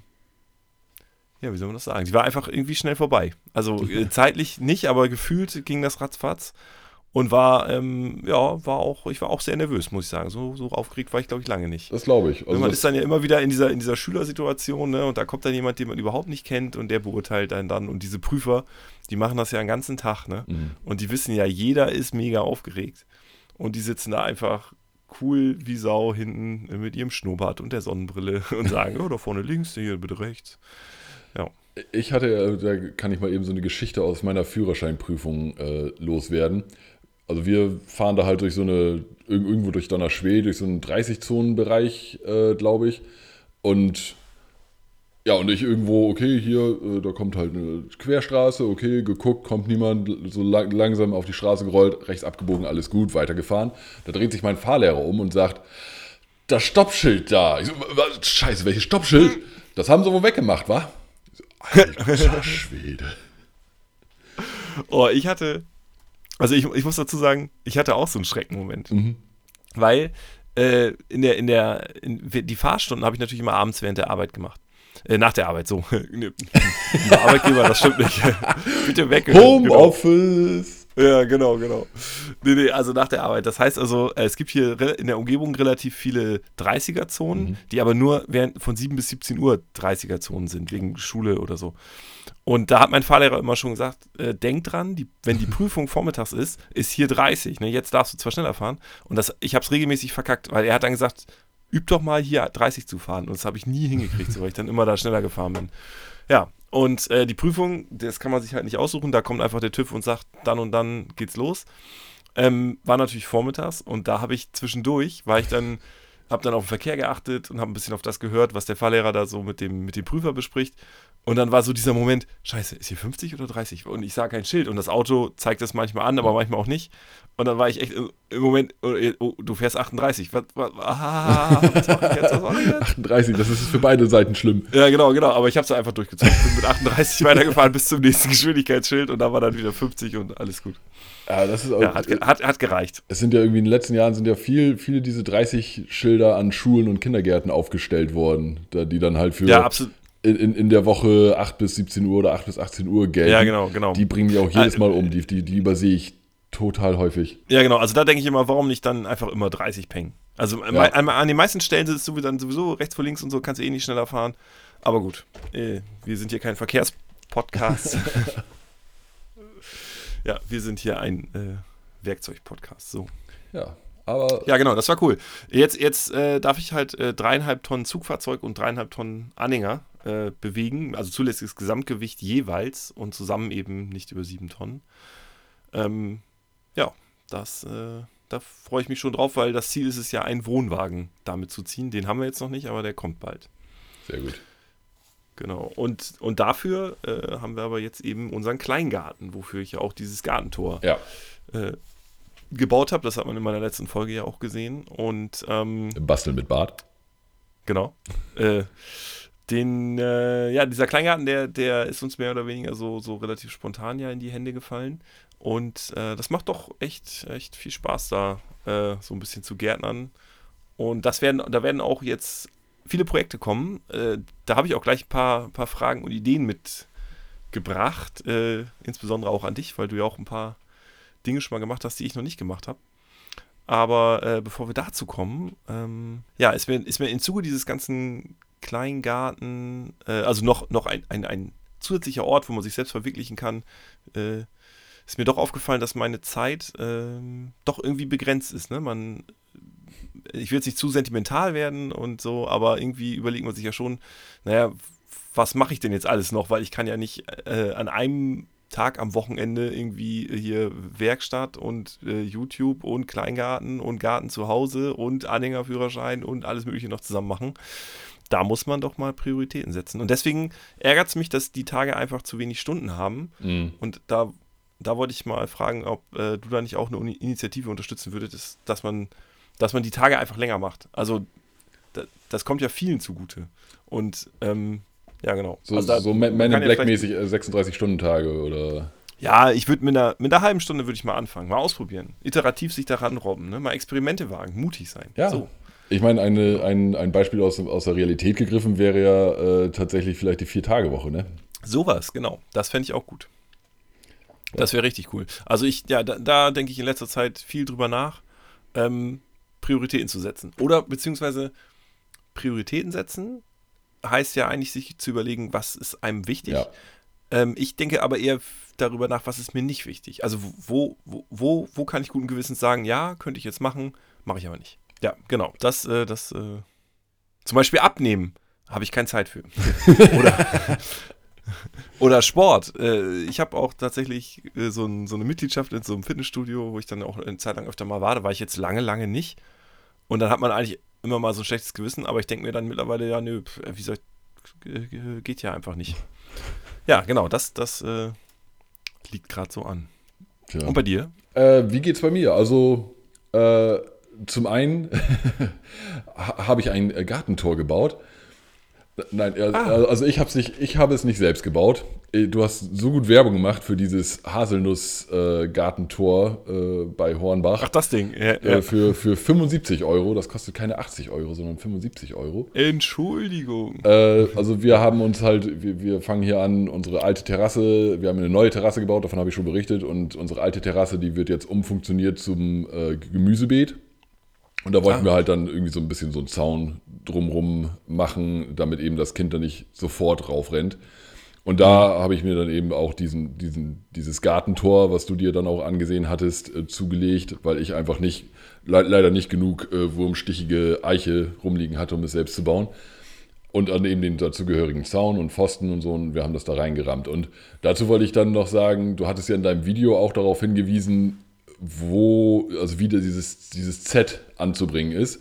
ja, wie soll man das sagen? Die war einfach irgendwie schnell vorbei. Also äh, zeitlich nicht, aber gefühlt ging das ratzfatz. Und war, ähm, ja, war auch, ich war auch sehr nervös, muss ich sagen. So, so aufgeregt war ich, glaube ich, lange nicht. Das glaube ich. Also man ist dann ja immer wieder in dieser, in dieser Schülersituation, ne? Und da kommt dann jemand, den man überhaupt nicht kennt und der beurteilt einen dann. Und diese Prüfer, die machen das ja den ganzen Tag, ne? Mhm. Und die wissen ja, jeder ist mega aufgeregt. Und die sitzen da einfach cool wie Sau hinten mit ihrem Schnurrbart und der Sonnenbrille und sagen, oh, da vorne links, hier bitte rechts. Ja. Ich hatte, da kann ich mal eben so eine Geschichte aus meiner Führerscheinprüfung äh, loswerden. Also wir fahren da halt durch so eine, irgendwo durch Donnerschwee, durch so einen dreißig-Zonen-Bereich, äh, glaube ich. Und ja, und ich irgendwo, okay, hier, äh, da kommt halt eine Querstraße, okay, geguckt, kommt niemand, so lang, langsam auf die Straße gerollt, rechts abgebogen, alles gut, weitergefahren. Da dreht sich mein Fahrlehrer um und sagt, das Stoppschild da. Ich so, was, Scheiße, welches Stoppschild? Das haben sie wohl weggemacht, wa? Ich so, alter Schwede. Oh, ich hatte... Also ich, ich muss dazu sagen, ich hatte auch so einen Schreckenmoment. Mhm. Weil äh, in der, in der, in, die Fahrstunden habe ich natürlich immer abends während der Arbeit gemacht. Äh, nach der Arbeit, so. Der Arbeitgeber, das stimmt nicht. Bitte weg. Homeoffice. Genau. Ja, genau, genau. Nee, nee, also nach der Arbeit. Das heißt also, es gibt hier in der Umgebung relativ viele dreißiger-Zonen, mhm. die aber nur während von sieben bis siebzehn Uhr dreißiger-Zonen sind, wegen Schule oder so. Und da hat mein Fahrlehrer immer schon gesagt, äh, denk dran, die, wenn die Prüfung vormittags ist, ist hier dreißig. Ne? Jetzt darfst du zwar schneller fahren. Und das, ich habe es regelmäßig verkackt, weil er hat dann gesagt, üb doch mal hier dreißig zu fahren. Und das habe ich nie hingekriegt, so, weil ich dann immer da schneller gefahren bin. Ja, und äh, die Prüfung, das kann man sich halt nicht aussuchen. Da kommt einfach der TÜV und sagt, dann und dann geht's los. Ähm, war natürlich vormittags und da habe ich zwischendurch, war ich dann, habe dann auf den Verkehr geachtet und habe ein bisschen auf das gehört, was der Fahrlehrer da so mit dem, mit dem Prüfer bespricht. Und dann war so dieser Moment, scheiße, ist hier fünfzig oder dreißig? Und ich sah kein Schild und das Auto zeigt das manchmal an, aber manchmal auch nicht. Und dann war ich echt im Moment, oh, oh, du fährst achtunddreißig. Was, was, ah, was mach ich jetzt? Was mach ich jetzt? achtunddreißig, das ist für beide Seiten schlimm. Ja, genau, genau. Aber ich habe es einfach durchgezogen. Ich bin mit achtunddreißig weitergefahren bis zum nächsten Geschwindigkeitsschild und da war dann wieder fünfzig und alles gut. Ja, das ist auch, ja, hat, hat, hat gereicht. Es sind ja irgendwie in den letzten Jahren sind ja viel, viele diese dreißig Schilder an Schulen und Kindergärten aufgestellt worden, die dann halt für ja, absolut. In, in der Woche acht bis siebzehn Uhr oder acht bis achtzehn Uhr gelten. Ja, genau, genau. Die bringen die auch jedes Mal um. Die, die, die übersehe ich total häufig. Ja, genau. Also da denke ich immer, warum nicht dann einfach immer dreißig peng? Also ja. an, an den meisten Stellen sitzt du dann sowieso rechts vor links und so, kannst du eh nicht schneller fahren. Aber gut, äh, wir sind hier kein Verkehrspodcast. Ja, wir sind hier ein äh, Werkzeug-Podcast. So. Ja. Aber ja, genau, das war cool. Jetzt, jetzt äh, darf ich halt äh, dreieinhalb Tonnen Zugfahrzeug und dreieinhalb Tonnen Anhänger äh, bewegen, also zulässiges Gesamtgewicht jeweils und zusammen eben nicht über sieben Tonnen. Ähm, ja, das, äh, da freue ich mich schon drauf, weil das Ziel ist es ja, einen Wohnwagen damit zu ziehen. Den haben wir jetzt noch nicht, aber der kommt bald. Sehr gut. Genau, und, und dafür äh, haben wir aber jetzt eben unseren Kleingarten, wofür ich ja auch dieses Gartentor ja. äh, gebaut habe. Das hat man in meiner letzten Folge ja auch gesehen. Und ähm, Basteln mit Bart. Genau. äh, den, äh, ja, dieser Kleingarten, der, der ist uns mehr oder weniger so, so relativ spontan ja in die Hände gefallen. Und äh, das macht doch echt, echt viel Spaß, da äh, so ein bisschen zu gärtnern. Und das werden, da werden auch jetzt viele Projekte kommen. Äh, da habe ich auch gleich ein paar, paar Fragen und Ideen mitgebracht. Äh, insbesondere auch an dich, weil du ja auch ein paar Dinge schon mal gemacht hast, die ich noch nicht gemacht habe. Aber äh, bevor wir dazu kommen, ähm, ja, ist mir, ist mir im Zuge dieses ganzen Kleingarten, äh, also noch, noch ein, ein, ein zusätzlicher Ort, wo man sich selbst verwirklichen kann, äh, ist mir doch aufgefallen, dass meine Zeit äh, doch irgendwie begrenzt ist. Ne? Man, ich will jetzt nicht zu sentimental werden und so, aber irgendwie überlegt man sich ja schon, naja, was mache ich denn jetzt alles noch? Weil ich kann ja nicht äh, an einem Tag am Wochenende irgendwie hier Werkstatt und äh, YouTube und Kleingarten und Garten zu Hause und Anhängerführerschein und alles mögliche noch zusammen machen. Da muss man doch mal Prioritäten setzen. Und deswegen ärgert es mich, dass die Tage einfach zu wenig Stunden haben. Mhm. Und da, da wollte ich mal fragen, ob äh, du da nicht auch eine Initiative unterstützen würdest, dass, dass, man, dass man die Tage einfach länger macht. Also da, das kommt ja vielen zugute. Und ähm, ja, genau. So, also da, so Man in ja Black-mäßig sechsunddreißig-Stunden-Tage oder? Ja, ich würde mit einer, mit einer halben Stunde würde ich mal anfangen, mal ausprobieren. Iterativ sich daran robben, ne? Mal Experimente wagen, mutig sein. Ja. So. Ich meine, eine, ein, ein Beispiel aus, aus der Realität gegriffen wäre ja äh, tatsächlich vielleicht die Vier-Tage-Woche, ne? Sowas, genau. Das fände ich auch gut. Ja. Das wäre richtig cool. Also ich, ja, da, da denke ich in letzter Zeit viel drüber nach, ähm, Prioritäten zu setzen. Oder beziehungsweise Prioritäten setzen heißt ja eigentlich, sich zu überlegen, was ist einem wichtig. Ja. Ähm, ich denke aber eher darüber nach, was ist mir nicht wichtig. Also wo, wo, wo, wo kann ich guten Gewissens sagen, ja, könnte ich jetzt machen, mache ich aber nicht. Ja, genau. Das, äh, das, äh, zum Beispiel abnehmen, habe ich keine Zeit für. Oder, oder Sport. Äh, ich habe auch tatsächlich äh, so, ein, so eine Mitgliedschaft in so einem Fitnessstudio, wo ich dann auch eine Zeit lang öfter mal war. Da war ich jetzt lange, lange nicht. Und dann hat man eigentlich immer mal so ein schlechtes Gewissen, aber ich denke mir dann mittlerweile, ja, nö, wie soll ich, geht ja einfach nicht. Ja, genau, das, das äh, liegt gerade so an. Tja. Und bei dir? Äh, wie geht's bei mir? Also, äh, zum einen habe ich ein Gartentor gebaut. Nein, ah. also ich, hab's nicht, ich habe es nicht selbst gebaut. Du hast so gut Werbung gemacht für dieses Haselnuss-Gartentor äh, äh, bei Hornbach. Ach, das Ding. Ja, äh, ja. Für, für fünfundsiebzig Euro. Das kostet keine achtzig Euro, sondern fünfundsiebzig Euro. Entschuldigung. Äh, also wir haben uns halt, wir, wir fangen hier an, unsere alte Terrasse, wir haben eine neue Terrasse gebaut, davon habe ich schon berichtet. Und unsere alte Terrasse, die wird jetzt umfunktioniert zum äh, Gemüsebeet. Und da wollten ah. wir halt dann irgendwie so ein bisschen so einen Zaun drumrum machen, damit eben das Kind da nicht sofort raufrennt. Und da mhm. habe ich mir dann eben auch diesen, diesen, dieses Gartentor, was du dir dann auch angesehen hattest, äh, zugelegt, weil ich einfach nicht, le- leider nicht genug äh, wurmstichige Eiche rumliegen hatte, um es selbst zu bauen. Und dann eben den dazugehörigen Zaun und Pfosten und so, und wir haben das da reingerammt. Und dazu wollte ich dann noch sagen, du hattest ja in deinem Video auch darauf hingewiesen, wo, also wie dieses, dieses Z anzubringen ist.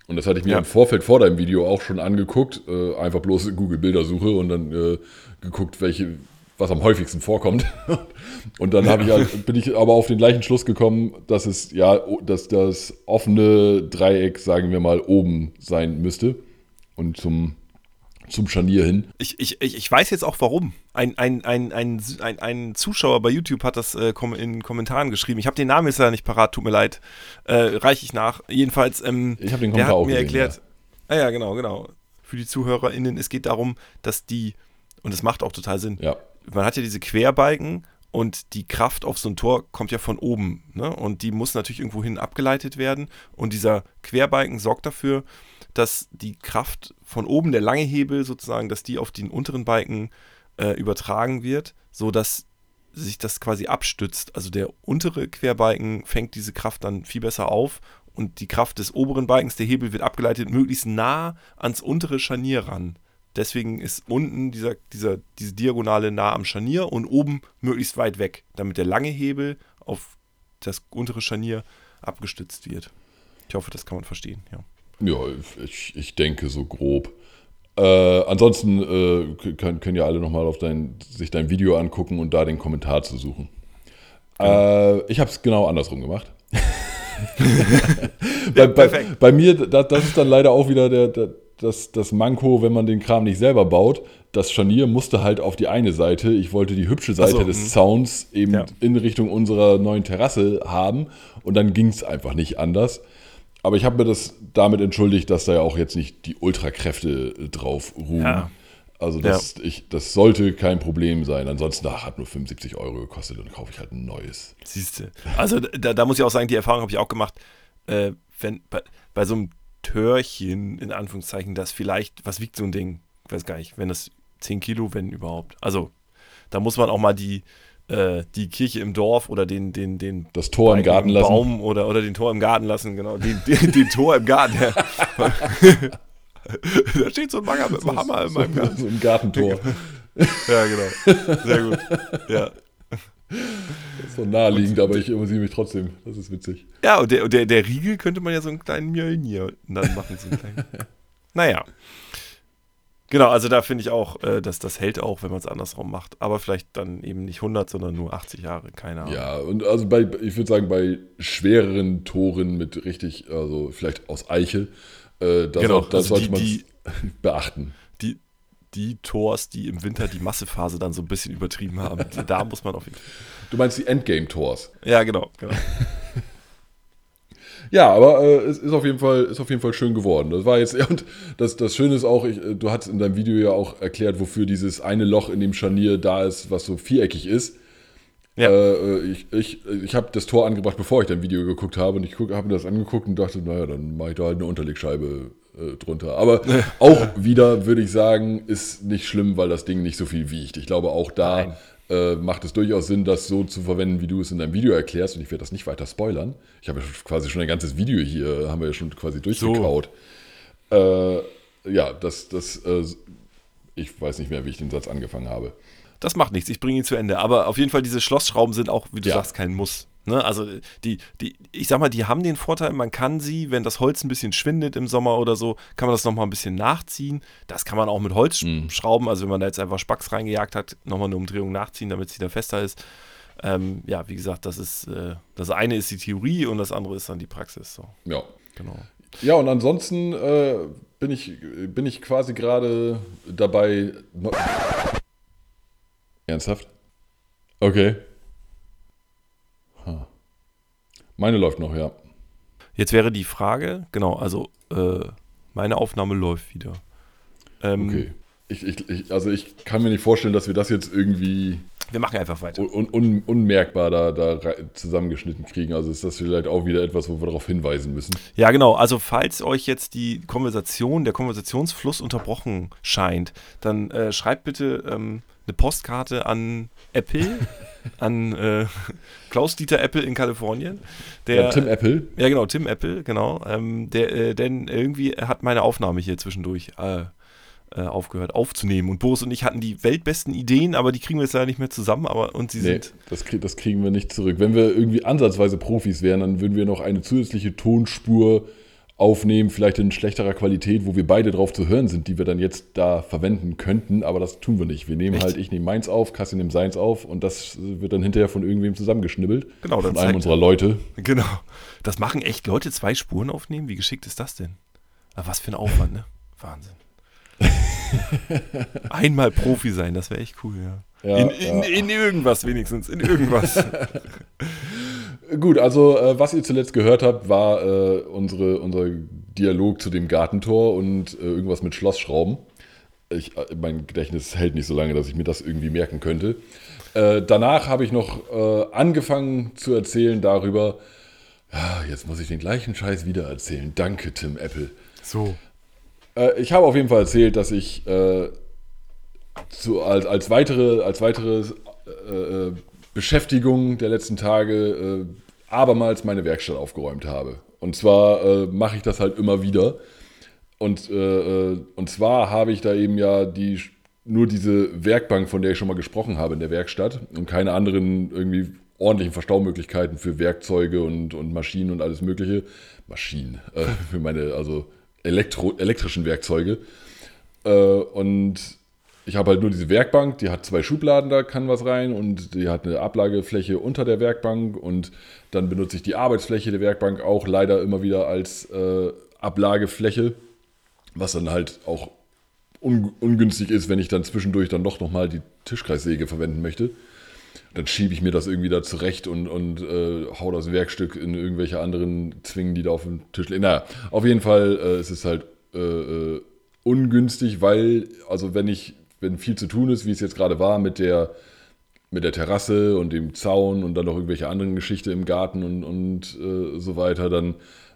Und das hatte ich mir Ja. im Vorfeld vor deinem Video auch schon angeguckt, äh, einfach bloß in Google Bildersuche und dann äh, geguckt, welche, was am häufigsten vorkommt. Und dann habe ich halt, bin ich aber auf den gleichen Schluss gekommen, dass es ja, dass das offene Dreieck, sagen wir mal, oben sein müsste und zum zum Scharnier hin. Ich, ich, ich ich weiß jetzt auch warum. Ein, ein, ein, ein, ein, ein Zuschauer bei YouTube hat das äh, kom- in den Kommentaren geschrieben. Ich habe den Namen jetzt leider nicht parat, tut mir leid. Äh, Reiche ich nach. Jedenfalls, ähm, Ich habe den der Kommentar hat auch mir gesehen, erklärt, ah ja, genau, genau. Für die ZuhörerInnen, es geht darum, dass die, und es macht auch total Sinn, Ja. man hat ja diese Querbalken und die Kraft auf so ein Tor kommt ja von oben, ne? Und die muss natürlich irgendwo hin abgeleitet werden. Und dieser Querbalken sorgt dafür, dass die Kraft von oben, der lange Hebel sozusagen, dass die auf den unteren Balken äh, übertragen wird, sodass sich das quasi abstützt. Also der untere Querbalken fängt diese Kraft dann viel besser auf und die Kraft des oberen Balkens, der Hebel wird abgeleitet, möglichst nah ans untere Scharnier ran. Deswegen ist unten dieser, dieser, diese Diagonale nah am Scharnier und oben möglichst weit weg, damit der lange Hebel auf das untere Scharnier abgestützt wird. Ich hoffe, das kann man verstehen, ja. Ja, ich, ich denke so grob. Äh, ansonsten äh, können, können ja alle nochmal auf dein, sich dein Video angucken und da den Kommentar zu suchen. Genau. Äh, ich habe es genau andersrum gemacht. bei, bei, bei mir, das, das ist dann leider auch wieder der, der, das, das Manko, wenn man den Kram nicht selber baut. Das Scharnier musste halt auf die eine Seite. Ich wollte die hübsche Seite so, des mh. Zauns eben Ja. in Richtung unserer neuen Terrasse haben und dann ging es einfach nicht anders. Aber ich habe mir das damit entschuldigt, dass da ja auch jetzt nicht die Ultrakräfte drauf ruhen. Ja. Also das, ja. ich, das sollte kein Problem sein. Ansonsten ach, hat nur fünfundsiebzig Euro gekostet, dann kaufe ich halt ein neues. Siehst du. Also da, da muss ich auch sagen, die Erfahrung habe ich auch gemacht, äh, wenn bei, bei so einem Törchen, in Anführungszeichen, das vielleicht, was wiegt so ein Ding? Ich weiß gar nicht, wenn das zehn Kilo, wenn überhaupt. Also da muss man auch mal die die Kirche im Dorf oder den, den, den das Tor im Garten lassen. Baum oder, oder den Tor im Garten lassen, genau. Den, den, den Tor im Garten. Ja. Da steht so ein Bagger mit einem Hammer in meinem Garten. So ein Gartentor. Ja, genau. Sehr gut. Ja. Das ist so naheliegend, und, aber ich amüsiere mich trotzdem. Das ist witzig. Ja, und der, der, der Riegel könnte man ja so einen kleinen Mjölnir dann machen. So einen kleinen. Naja. Genau, also da finde ich auch, äh, dass das hält auch, wenn man es andersrum macht. Aber vielleicht dann eben nicht hundert, sondern nur achtzig Jahre, keine Ahnung. Ja, und also bei, ich würde sagen, bei schwereren Toren mit richtig, also vielleicht aus Eiche, äh, das, genau, auch, das also sollte man die, beachten. Die, die Tors, die im Winter die Massephase dann so ein bisschen übertrieben haben, da muss man auf jeden Fall. Du meinst die Endgame-Tors? Ja, genau, genau. Ja, aber äh, es ist auf jeden Fall, ist auf jeden Fall schön geworden. Das war jetzt, ja, und das, das Schöne ist auch, ich, du hast in deinem Video ja auch erklärt, wofür dieses eine Loch in dem Scharnier da ist, was so viereckig ist. Ja. Äh, ich ich, ich habe das Tor angebracht, bevor ich dein Video geguckt habe, und ich habe mir das angeguckt und dachte, naja, dann mache ich da halt eine Unterlegscheibe äh, drunter. Aber auch wieder, würde ich sagen, ist nicht schlimm, weil das Ding nicht so viel wiegt. Ich glaube, auch da äh, macht es durchaus Sinn, das so zu verwenden, wie du es in deinem Video erklärst, und ich werde das nicht weiter spoilern. Ich habe ja quasi schon ein ganzes Video hier, haben wir ja schon quasi durchgekaut. So. Äh, ja, das, das, äh, ich weiß nicht mehr, wie ich den Satz angefangen habe. Das macht nichts, ich bringe ihn zu Ende. Aber auf jeden Fall, diese Schlossschrauben sind auch, wie du ja. sagst, kein Muss. Ne? Also die, die, ich sag mal, die haben den Vorteil, man kann sie, wenn das Holz ein bisschen schwindet im Sommer oder so, kann man das nochmal ein bisschen nachziehen. Das kann man auch mit Holz mhm. schrauben, also wenn man da jetzt einfach Spacks reingejagt hat, nochmal eine Umdrehung nachziehen, damit es wieder fester ist. Ähm, ja, wie gesagt, das ist, äh, das eine ist die Theorie und das andere ist dann die Praxis. So. Ja. Genau. Ja, und ansonsten äh, bin ich, bin ich quasi gerade dabei. No- Ernsthaft? Okay. Huh. Meine läuft noch, ja. Jetzt wäre die Frage, genau, also äh, meine Aufnahme läuft wieder. Ähm, okay. Ich, ich, ich, also ich kann mir nicht vorstellen, dass wir das jetzt irgendwie... Wir machen einfach weiter. Un, un, unmerkbar da, da zusammengeschnitten kriegen. Also ist das vielleicht auch wieder etwas, wo wir darauf hinweisen müssen. Ja, genau. Also falls euch jetzt die Konversation, der Konversationsfluss unterbrochen scheint, dann äh, schreibt bitte ähm, eine Postkarte an Apple, an äh, Klaus-Dieter Apple in Kalifornien. Der, ja, Tim Apple. Ja, genau, Tim Apple, genau. Ähm, der, äh, denn irgendwie hat meine Aufnahme hier zwischendurch äh, äh, aufgehört aufzunehmen. Und Boris und ich hatten die weltbesten Ideen, aber die kriegen wir jetzt leider nicht mehr zusammen. Aber und sie nee, sind. Das, krieg, das kriegen wir nicht zurück. Wenn wir irgendwie ansatzweise Profis wären, dann würden wir noch eine zusätzliche Tonspur aufnehmen, vielleicht in schlechterer Qualität, wo wir beide drauf zu hören sind, die wir dann jetzt da verwenden könnten, aber das tun wir nicht. Wir nehmen Echt? halt, ich nehme meins auf, Kassi nimmt seins auf und das wird dann hinterher von irgendwem zusammengeschnibbelt. Genau, dann von einem zeigt- unserer Leute. Genau. Das machen echt Leute, zwei Spuren aufnehmen? Wie geschickt ist das denn? Aber was für ein Aufwand, ne? Wahnsinn. Einmal Profi sein, das wäre echt cool, ja. Ja, in, in, ja. in irgendwas wenigstens, in irgendwas. Gut, also äh, was ihr zuletzt gehört habt, war äh, unsere, unser Dialog zu dem Gartentor und äh, irgendwas mit Schlossschrauben. Ich, äh, mein Gedächtnis hält nicht so lange, dass ich mir das irgendwie merken könnte. Äh, danach habe ich noch äh, angefangen zu erzählen darüber, ja, jetzt muss ich den gleichen Scheiß wieder erzählen. Danke, Tim Apple. So. Äh, ich habe auf jeden Fall erzählt, dass ich äh, zu, als, als weitere, als weitere äh, äh, Beschäftigung der letzten Tage äh, abermals meine Werkstatt aufgeräumt habe. Und zwar äh, mache ich das halt immer wieder. Und, äh, und zwar habe ich da eben ja die, nur diese Werkbank, von der ich schon mal gesprochen habe in der Werkstatt und keine anderen irgendwie ordentlichen Verstaumöglichkeiten für Werkzeuge und, und Maschinen und alles mögliche. Maschinen, äh, für meine also Elektro, elektrischen Werkzeuge. Äh, und ich habe halt nur diese Werkbank, die hat zwei Schubladen, da kann was rein und die hat eine Ablagefläche unter der Werkbank und dann benutze ich die Arbeitsfläche der Werkbank auch leider immer wieder als äh, Ablagefläche, was dann halt auch un- ungünstig ist, wenn ich dann zwischendurch dann doch nochmal die Tischkreissäge verwenden möchte. Dann schiebe ich mir das irgendwie da zurecht und, und äh, hau das Werkstück in irgendwelche anderen Zwingen, die da auf dem Tisch liegen. Naja, auf jeden Fall äh, es ist halt äh, äh, ungünstig, weil, also wenn ich wenn viel zu tun ist, wie es jetzt gerade war mit der, mit der Terrasse und dem Zaun und dann noch irgendwelche anderen Geschichten im Garten und, und äh, so weiter, dann,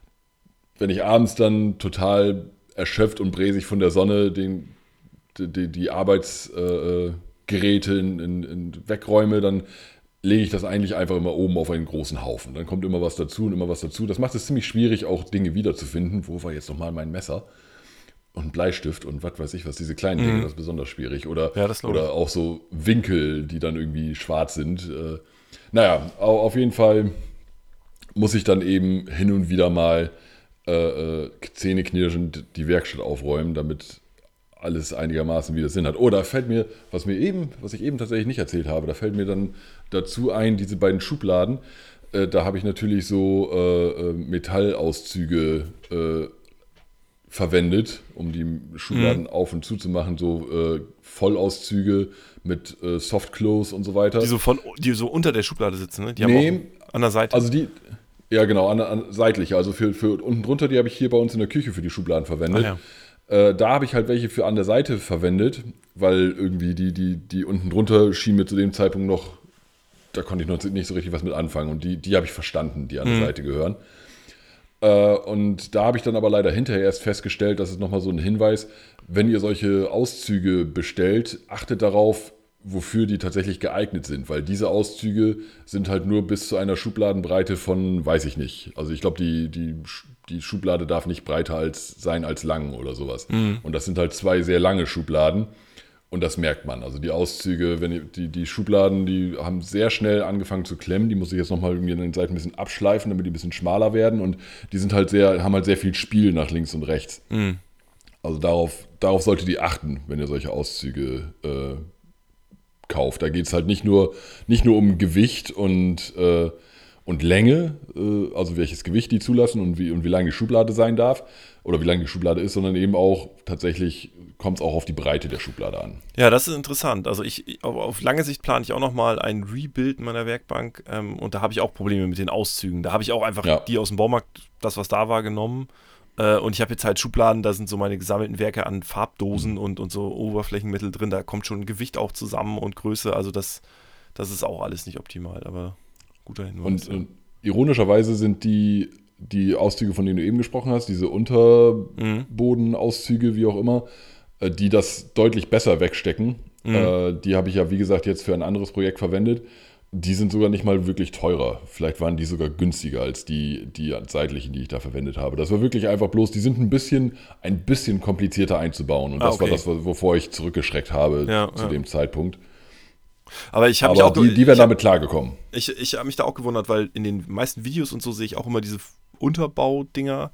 wenn ich abends dann total erschöpft und bräsig von der Sonne den, die, die Arbeitsgeräte äh, in, in, in wegräume, dann lege ich das eigentlich einfach immer oben auf einen großen Haufen. Dann kommt immer was dazu und immer was dazu. Das macht es ziemlich schwierig, auch Dinge wiederzufinden. Wo war jetzt nochmal mein Messer? Und Bleistift und was weiß ich was, diese kleinen Dinge, Mhm. das ist besonders schwierig. Oder, Ja, das glaube ich. oder auch so Winkel, die dann irgendwie schwarz sind. Äh, naja, au- auf jeden Fall muss ich dann eben hin und wieder mal äh, äh, zähneknirschend die Werkstatt aufräumen, damit alles einigermaßen wieder Sinn hat. Oh, da fällt mir, was mir eben, was ich eben tatsächlich nicht erzählt habe, da fällt mir dann dazu ein, diese beiden Schubladen, äh, da habe ich natürlich so äh, äh, Metallauszüge äh, verwendet, um die Schubladen Mhm. auf und zu zu machen, so äh, Vollauszüge mit äh, Soft Close und so weiter. Die so, von, die so unter der Schublade sitzen, ne? Die Nee, haben auch an der Seite. Also die, ja genau, an, an, seitlich, also für, für unten drunter, die habe ich hier bei uns in der Küche für die Schubladen verwendet. Ah, ja. Äh, da habe ich halt welche für an der Seite verwendet, weil irgendwie die, die, die unten drunter schien mir zu dem Zeitpunkt noch, da konnte ich noch nicht so richtig was mit anfangen und die, die habe ich verstanden, die an der Mhm. Seite gehören. Äh, und da habe ich dann aber leider hinterher erst festgestellt, das ist nochmal so ein Hinweis, wenn ihr solche Auszüge bestellt, achtet darauf, wofür die tatsächlich geeignet sind, weil diese Auszüge sind halt nur bis zu einer Schubladenbreite von, weiß ich nicht, also ich glaube, die, die, die Schublade darf nicht breiter als, sein als lang oder sowas. Mhm. Und das sind halt zwei sehr lange Schubladen und das merkt man. Also die Auszüge, wenn ihr, die, die Schubladen, die haben sehr schnell angefangen zu klemmen, die muss ich jetzt nochmal irgendwie an den Seiten ein bisschen abschleifen, damit die ein bisschen schmaler werden und die sind halt sehr, haben halt sehr viel Spiel nach links und rechts. Mhm. Also darauf, darauf solltet ihr achten, wenn ihr solche Auszüge äh, kauft. Da geht es halt nicht nur, nicht nur um Gewicht und, äh, und Länge, äh, also welches Gewicht die zulassen und wie, und wie lang die Schublade sein darf oder wie lang die Schublade ist, sondern eben auch tatsächlich kommt es auch auf die Breite der Schublade an. Ja, das ist interessant. Also ich auf, auf lange Sicht plane ich auch nochmal ein Rebuild meiner Werkbank ähm, und da habe ich auch Probleme mit den Auszügen. Da habe ich auch einfach Ja. die aus dem Baumarkt, das was da war, genommen. Äh, und ich habe jetzt halt Schubladen, da sind so meine gesammelten Werke an Farbdosen Mhm. und, und so Oberflächenmittel drin. Da kommt schon Gewicht auch zusammen und Größe. Also das, das ist auch alles nicht optimal, aber guter Hinweis. Und, ja. und ironischerweise sind die, die Auszüge, von denen du eben gesprochen hast, diese Mhm. Unterbodenauszüge, wie auch immer, äh, die das deutlich besser wegstecken, Mhm. äh, die habe ich ja, wie gesagt, jetzt für ein anderes Projekt verwendet. Die sind sogar nicht mal wirklich teurer. Vielleicht waren die sogar günstiger als die, die seitlichen, die ich da verwendet habe. Das war wirklich einfach bloß, die sind ein bisschen, ein bisschen komplizierter einzubauen. Und Ah, das okay. war das, wovor ich zurückgeschreckt habe Ja, zu ja. dem Zeitpunkt. Aber ich habe mich Aber auch ge- die, die wären ich hab- damit klargekommen. Ich, ich habe mich da auch gewundert, weil in den meisten Videos und so sehe ich auch immer diese Unterbaudinger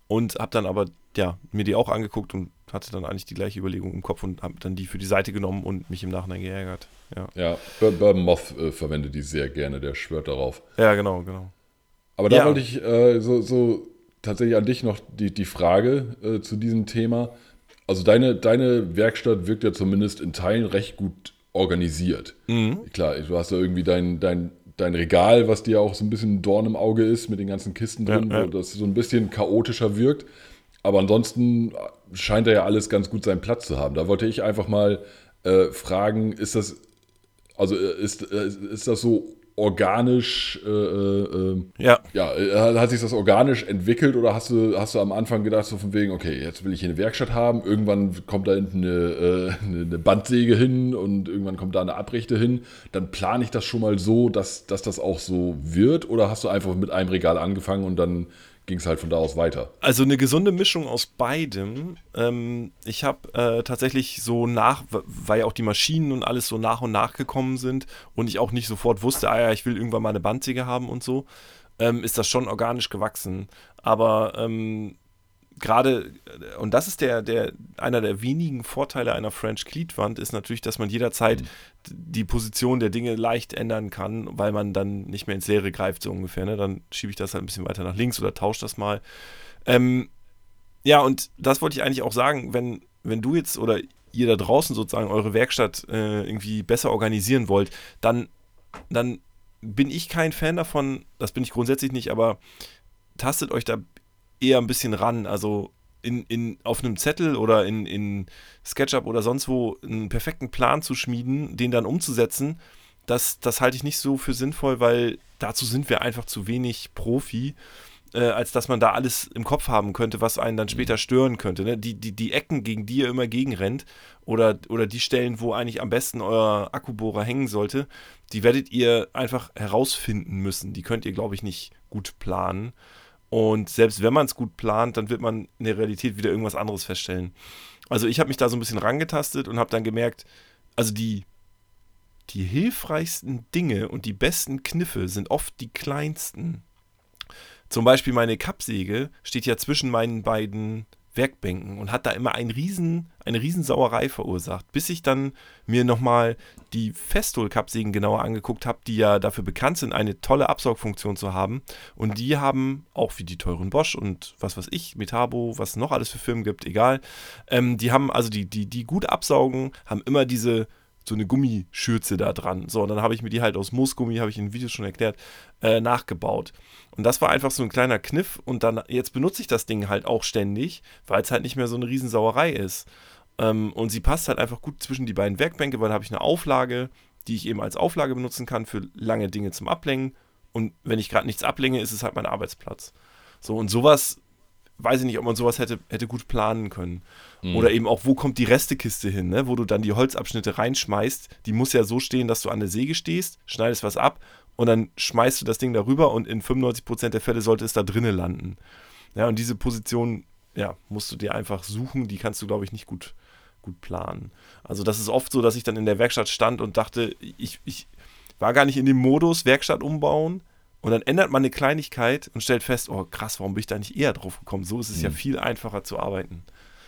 und habe dann aber ja, mir die auch angeguckt und hatte dann eigentlich die gleiche Überlegung im Kopf und habe dann die für die Seite genommen und mich im Nachhinein geärgert. Ja, Ja, Bourbon Moth äh, verwendet die sehr gerne, der schwört darauf. ja genau, genau. Aber da Ja. wollte ich äh, so, so tatsächlich an dich noch die, die Frage äh, zu diesem Thema. Also deine, deine Werkstatt wirkt ja zumindest in Teilen recht gut organisiert. Mhm. Klar, du hast ja irgendwie dein, dein, dein Regal, was dir auch so ein bisschen ein Dorn im Auge ist mit den ganzen Kisten drin, Ja, ja. wo das so ein bisschen chaotischer wirkt. Aber ansonsten scheint da ja alles ganz gut seinen Platz zu haben. Da wollte ich einfach mal äh, fragen, ist das, also äh, ist, äh, ist das so organisch, äh, äh, Ja. ja, äh, hat sich das organisch entwickelt oder hast du, hast du am Anfang gedacht, so von wegen, okay, jetzt will ich hier eine Werkstatt haben, irgendwann kommt da hinten eine, äh, eine eine Bandsäge hin und irgendwann kommt da eine Abrichte hin, dann plane ich das schon mal so, dass, dass das auch so wird, oder hast du einfach mit einem Regal angefangen und dann ging es halt von da aus weiter? Also eine gesunde Mischung aus beidem. Ähm, ich habe äh, tatsächlich so nach, weil ja auch die Maschinen und alles so nach und nach gekommen sind und ich auch nicht sofort wusste, ah ja, ich will irgendwann mal eine Bandsäge haben und so, ähm, ist das schon organisch gewachsen. Aber ähm, gerade, äh, und das ist der, der, einer der wenigen Vorteile einer French Cleat-Wand, ist natürlich, dass man jederzeit die Position der Dinge leicht ändern kann, weil man dann nicht mehr ins Leere greift, so ungefähr. Ne? Dann schiebe ich das halt ein bisschen weiter nach links oder tausche das mal. Ähm, ja, und das wollte ich eigentlich auch sagen, wenn, wenn du jetzt oder ihr da draußen sozusagen eure Werkstatt äh, irgendwie besser organisieren wollt, dann, dann bin ich kein Fan davon, das bin ich grundsätzlich nicht, aber tastet euch da eher ein bisschen ran. Also in, in, auf einem Zettel oder in, in SketchUp oder sonst wo einen perfekten Plan zu schmieden, den dann umzusetzen, das, das halte ich nicht so für sinnvoll, weil dazu sind wir einfach zu wenig Profi, äh, als dass man da alles im Kopf haben könnte, was einen dann später stören könnte. Ne? Die, die, die Ecken, gegen die ihr immer gegenrennt oder, oder die Stellen, wo eigentlich am besten euer Akkubohrer hängen sollte, die werdet ihr einfach herausfinden müssen. Die könnt ihr, glaube ich, nicht gut planen. Und selbst wenn man es gut plant, dann wird man in der Realität wieder irgendwas anderes feststellen. Also ich habe mich da so ein bisschen rangetastet und habe dann gemerkt, also die, die hilfreichsten Dinge und die besten Kniffe sind oft die kleinsten. Zum Beispiel meine Kappsäge steht ja zwischen meinen beiden Werkbänken und hat da immer ein riesen, eine riesen Sauerei verursacht, bis ich dann mir nochmal die Festool-Kappsägen genauer angeguckt habe, die ja dafür bekannt sind, eine tolle Absaugfunktion zu haben. Und die haben, auch wie die teuren Bosch und was weiß ich, Metabo, was noch alles für Firmen gibt, egal, ähm, die haben, also die, die, die gut absaugen, haben immer diese so eine Gummischürze da dran. So, und dann habe ich mir die halt aus Moosgummi, habe ich in den Videos schon erklärt, äh, nachgebaut. Und das war einfach so ein kleiner Kniff und dann, jetzt benutze ich das Ding halt auch ständig, weil es halt nicht mehr so eine Riesensauerei ist. Ähm, und sie passt halt einfach gut zwischen die beiden Werkbänke, weil da habe ich eine Auflage, die ich eben als Auflage benutzen kann für lange Dinge zum Ablenken. Und wenn ich gerade nichts ablenke, ist es halt mein Arbeitsplatz. So, und sowas, weiß ich nicht, ob man sowas hätte, hätte gut planen können. Mhm. Oder eben auch, wo kommt die Restekiste hin, ne? Wo du dann die Holzabschnitte reinschmeißt. Die muss ja so stehen, dass du an der Säge stehst, schneidest was ab und dann schmeißt du das Ding darüber und in fünfundneunzig Prozent der Fälle sollte es da drinnen landen. Ja, und diese Position, ja, musst du dir einfach suchen, die kannst du, glaube ich, nicht gut, gut planen. Also das ist oft so, dass ich dann in der Werkstatt stand und dachte, ich, ich war gar nicht in dem Modus Werkstatt umbauen. Und dann ändert man eine Kleinigkeit und stellt fest, oh krass, warum bin ich da nicht eher drauf gekommen? So ist es mhm. ja viel einfacher zu arbeiten.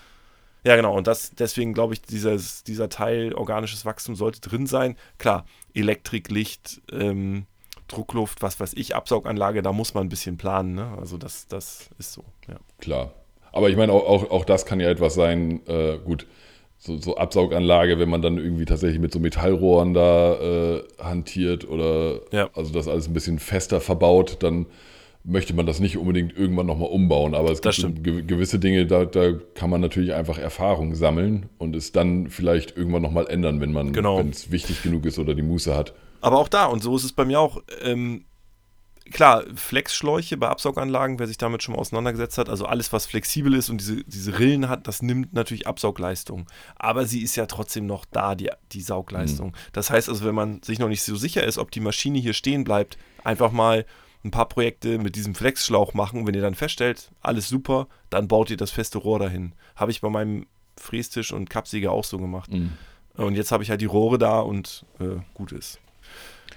Ja, genau, und das, deswegen glaube ich, dieses, dieser Teil organisches Wachstum sollte drin sein. Klar, Elektrik, Licht, ähm, Druckluft, was weiß ich, Absauganlage, da muss man ein bisschen planen, ne? Also das, das ist so, ja. Klar. Aber ich meine, auch, auch, auch das kann ja etwas sein, äh, gut, so, so Absauganlage, wenn man dann irgendwie tatsächlich mit so Metallrohren da äh, hantiert oder ja. also das alles ein bisschen fester verbaut, dann möchte man das nicht unbedingt irgendwann nochmal umbauen. Aber es gibt so ge- gewisse Dinge, da, da kann man natürlich einfach Erfahrung sammeln und es dann vielleicht irgendwann nochmal ändern, wenn man, genau. wenn es wichtig genug ist oder die Muße hat. Aber auch da, und so ist es bei mir auch, ähm, klar, Flexschläuche bei Absauganlagen, wer sich damit schon mal auseinandergesetzt hat, also alles, was flexibel ist und diese, diese Rillen hat, das nimmt natürlich Absaugleistung. Aber sie ist ja trotzdem noch da, die, die Saugleistung. Mhm. Das heißt also, wenn man sich noch nicht so sicher ist, ob die Maschine hier stehen bleibt, einfach mal ein paar Projekte mit diesem Flexschlauch machen. Wenn ihr dann feststellt, alles super, dann baut ihr das feste Rohr dahin. Habe ich bei meinem Frästisch und Kappsäge auch so gemacht. Mhm. Und jetzt habe ich halt die Rohre da und äh, gut ist.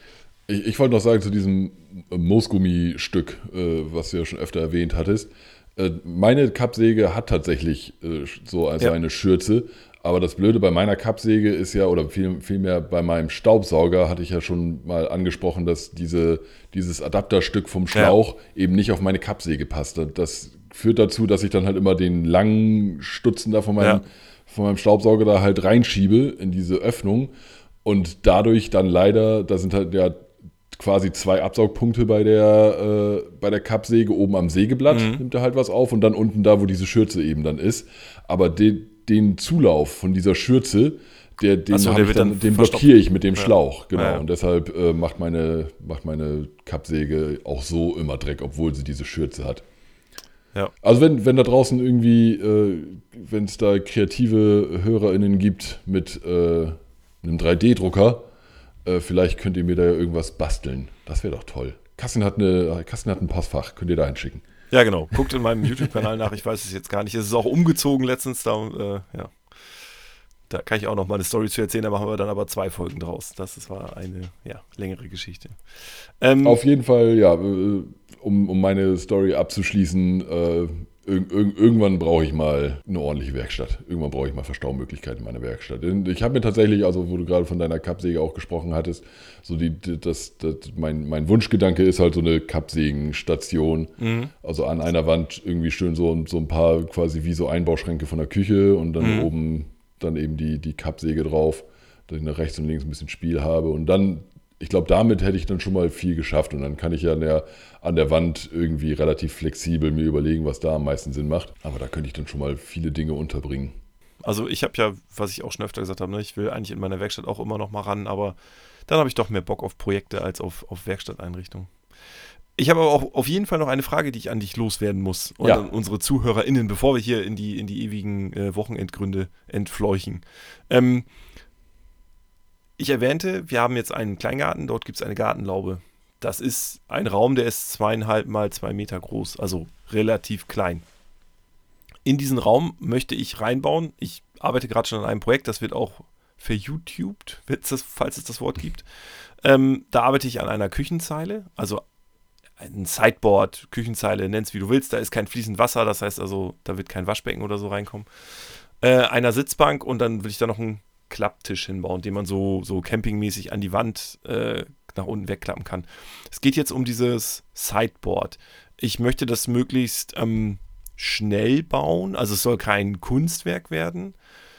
Ich, ich wollte noch sagen zu diesem Moosgummi-Stück, äh, was du ja schon öfter erwähnt hattest. Äh, meine Kappsäge hat tatsächlich äh, so also Ja. eine Schürze, aber das Blöde bei meiner Kappsäge ist ja, oder viel, vielmehr bei meinem Staubsauger hatte ich ja schon mal angesprochen, dass diese, dieses Adapterstück vom Schlauch eben nicht auf meine Kappsäge passt. Das führt dazu, dass ich dann halt immer den langen Stutzen da von meinem, Ja. von meinem Staubsauger da halt reinschiebe in diese Öffnung und dadurch dann leider, da sind halt ja quasi zwei Absaugpunkte bei der, äh, bei der Kappsäge, oben am Sägeblatt Mhm. nimmt er halt was auf und dann unten da, wo diese Schürze eben dann ist. Aber den, den Zulauf von dieser Schürze, der, den, Ach so, hab der ich wird dann, dann den verstopft. blockiere ich mit dem Ja. Schlauch, genau. Ja, ja. Und deshalb äh, macht, meine, macht meine Kappsäge auch so immer Dreck, obwohl sie diese Schürze hat. Ja. Also wenn, wenn da draußen irgendwie, äh, wenn es da kreative HörerInnen gibt mit äh, einem drei D Drucker, äh, vielleicht könnt ihr mir da ja irgendwas basteln. Das wäre doch toll. Kassen hat, eine, Kassen hat ein Postfach, könnt ihr da hinschicken. Ja, genau. Guckt in meinem YouTube-Kanal nach. Ich weiß es jetzt gar nicht. Es ist auch umgezogen letztens. Da, äh, ja. Da kann ich auch noch mal eine Story zu erzählen. Da machen wir dann aber zwei Folgen draus. Das ist- war eine ja, längere Geschichte. Ähm, Auf jeden Fall, ja, äh, um, um meine Story abzuschließen, äh, irg irg irgendwann brauche ich mal eine ordentliche Werkstatt. Irgendwann brauche ich mal Verstaumöglichkeiten in meiner Werkstatt. Und ich habe mir tatsächlich, also wo du gerade von deiner Kappsäge auch gesprochen hattest, so die, die- das, das, mein, mein Wunschgedanke ist halt so eine Kappsägenstation. mhm. Also an einer Wand irgendwie schön so, so ein paar quasi wie so Einbauschränke von der Küche und dann Mhm. oben dann eben die, die Kappsäge drauf, dass ich nach rechts und links ein bisschen Spiel habe. Und dann, ich glaube, damit hätte ich dann schon mal viel geschafft. Und dann kann ich ja an der, an der Wand irgendwie relativ flexibel mir überlegen, was da am meisten Sinn macht. Aber da könnte ich dann schon mal viele Dinge unterbringen. Also ich habe ja, was ich auch schon öfter gesagt habe, ne, ich will eigentlich in meiner Werkstatt auch immer noch mal ran, aber dann habe ich doch mehr Bock auf Projekte als auf, auf Werkstatteinrichtungen. Ich habe aber auch auf jeden Fall noch eine Frage, die ich an dich loswerden muss und Ja. an unsere ZuhörerInnen, bevor wir hier in die, in die ewigen äh, Wochenendgründe entfleuchen. Ähm, ich erwähnte, wir haben jetzt einen Kleingarten, dort gibt es eine Gartenlaube. Das ist ein Raum, der ist zweieinhalb mal zwei Meter groß, also relativ klein. In diesen Raum möchte ich reinbauen. Ich arbeite gerade schon an einem Projekt, das wird auch verYouTubed, wird's das, falls es das Wort gibt. Ähm, da arbeite ich an einer Küchenzeile, also ein Sideboard, Küchenzeile, nenn's wie du willst. Da ist kein fließend Wasser, das heißt also, da wird kein Waschbecken oder so reinkommen. Äh, einer Sitzbank und dann will ich da noch einen Klapptisch hinbauen, den man so, so campingmäßig an die Wand äh, nach unten wegklappen kann. Es geht jetzt um dieses Sideboard. Ich möchte das möglichst ähm, schnell bauen, also es soll kein Kunstwerk werden,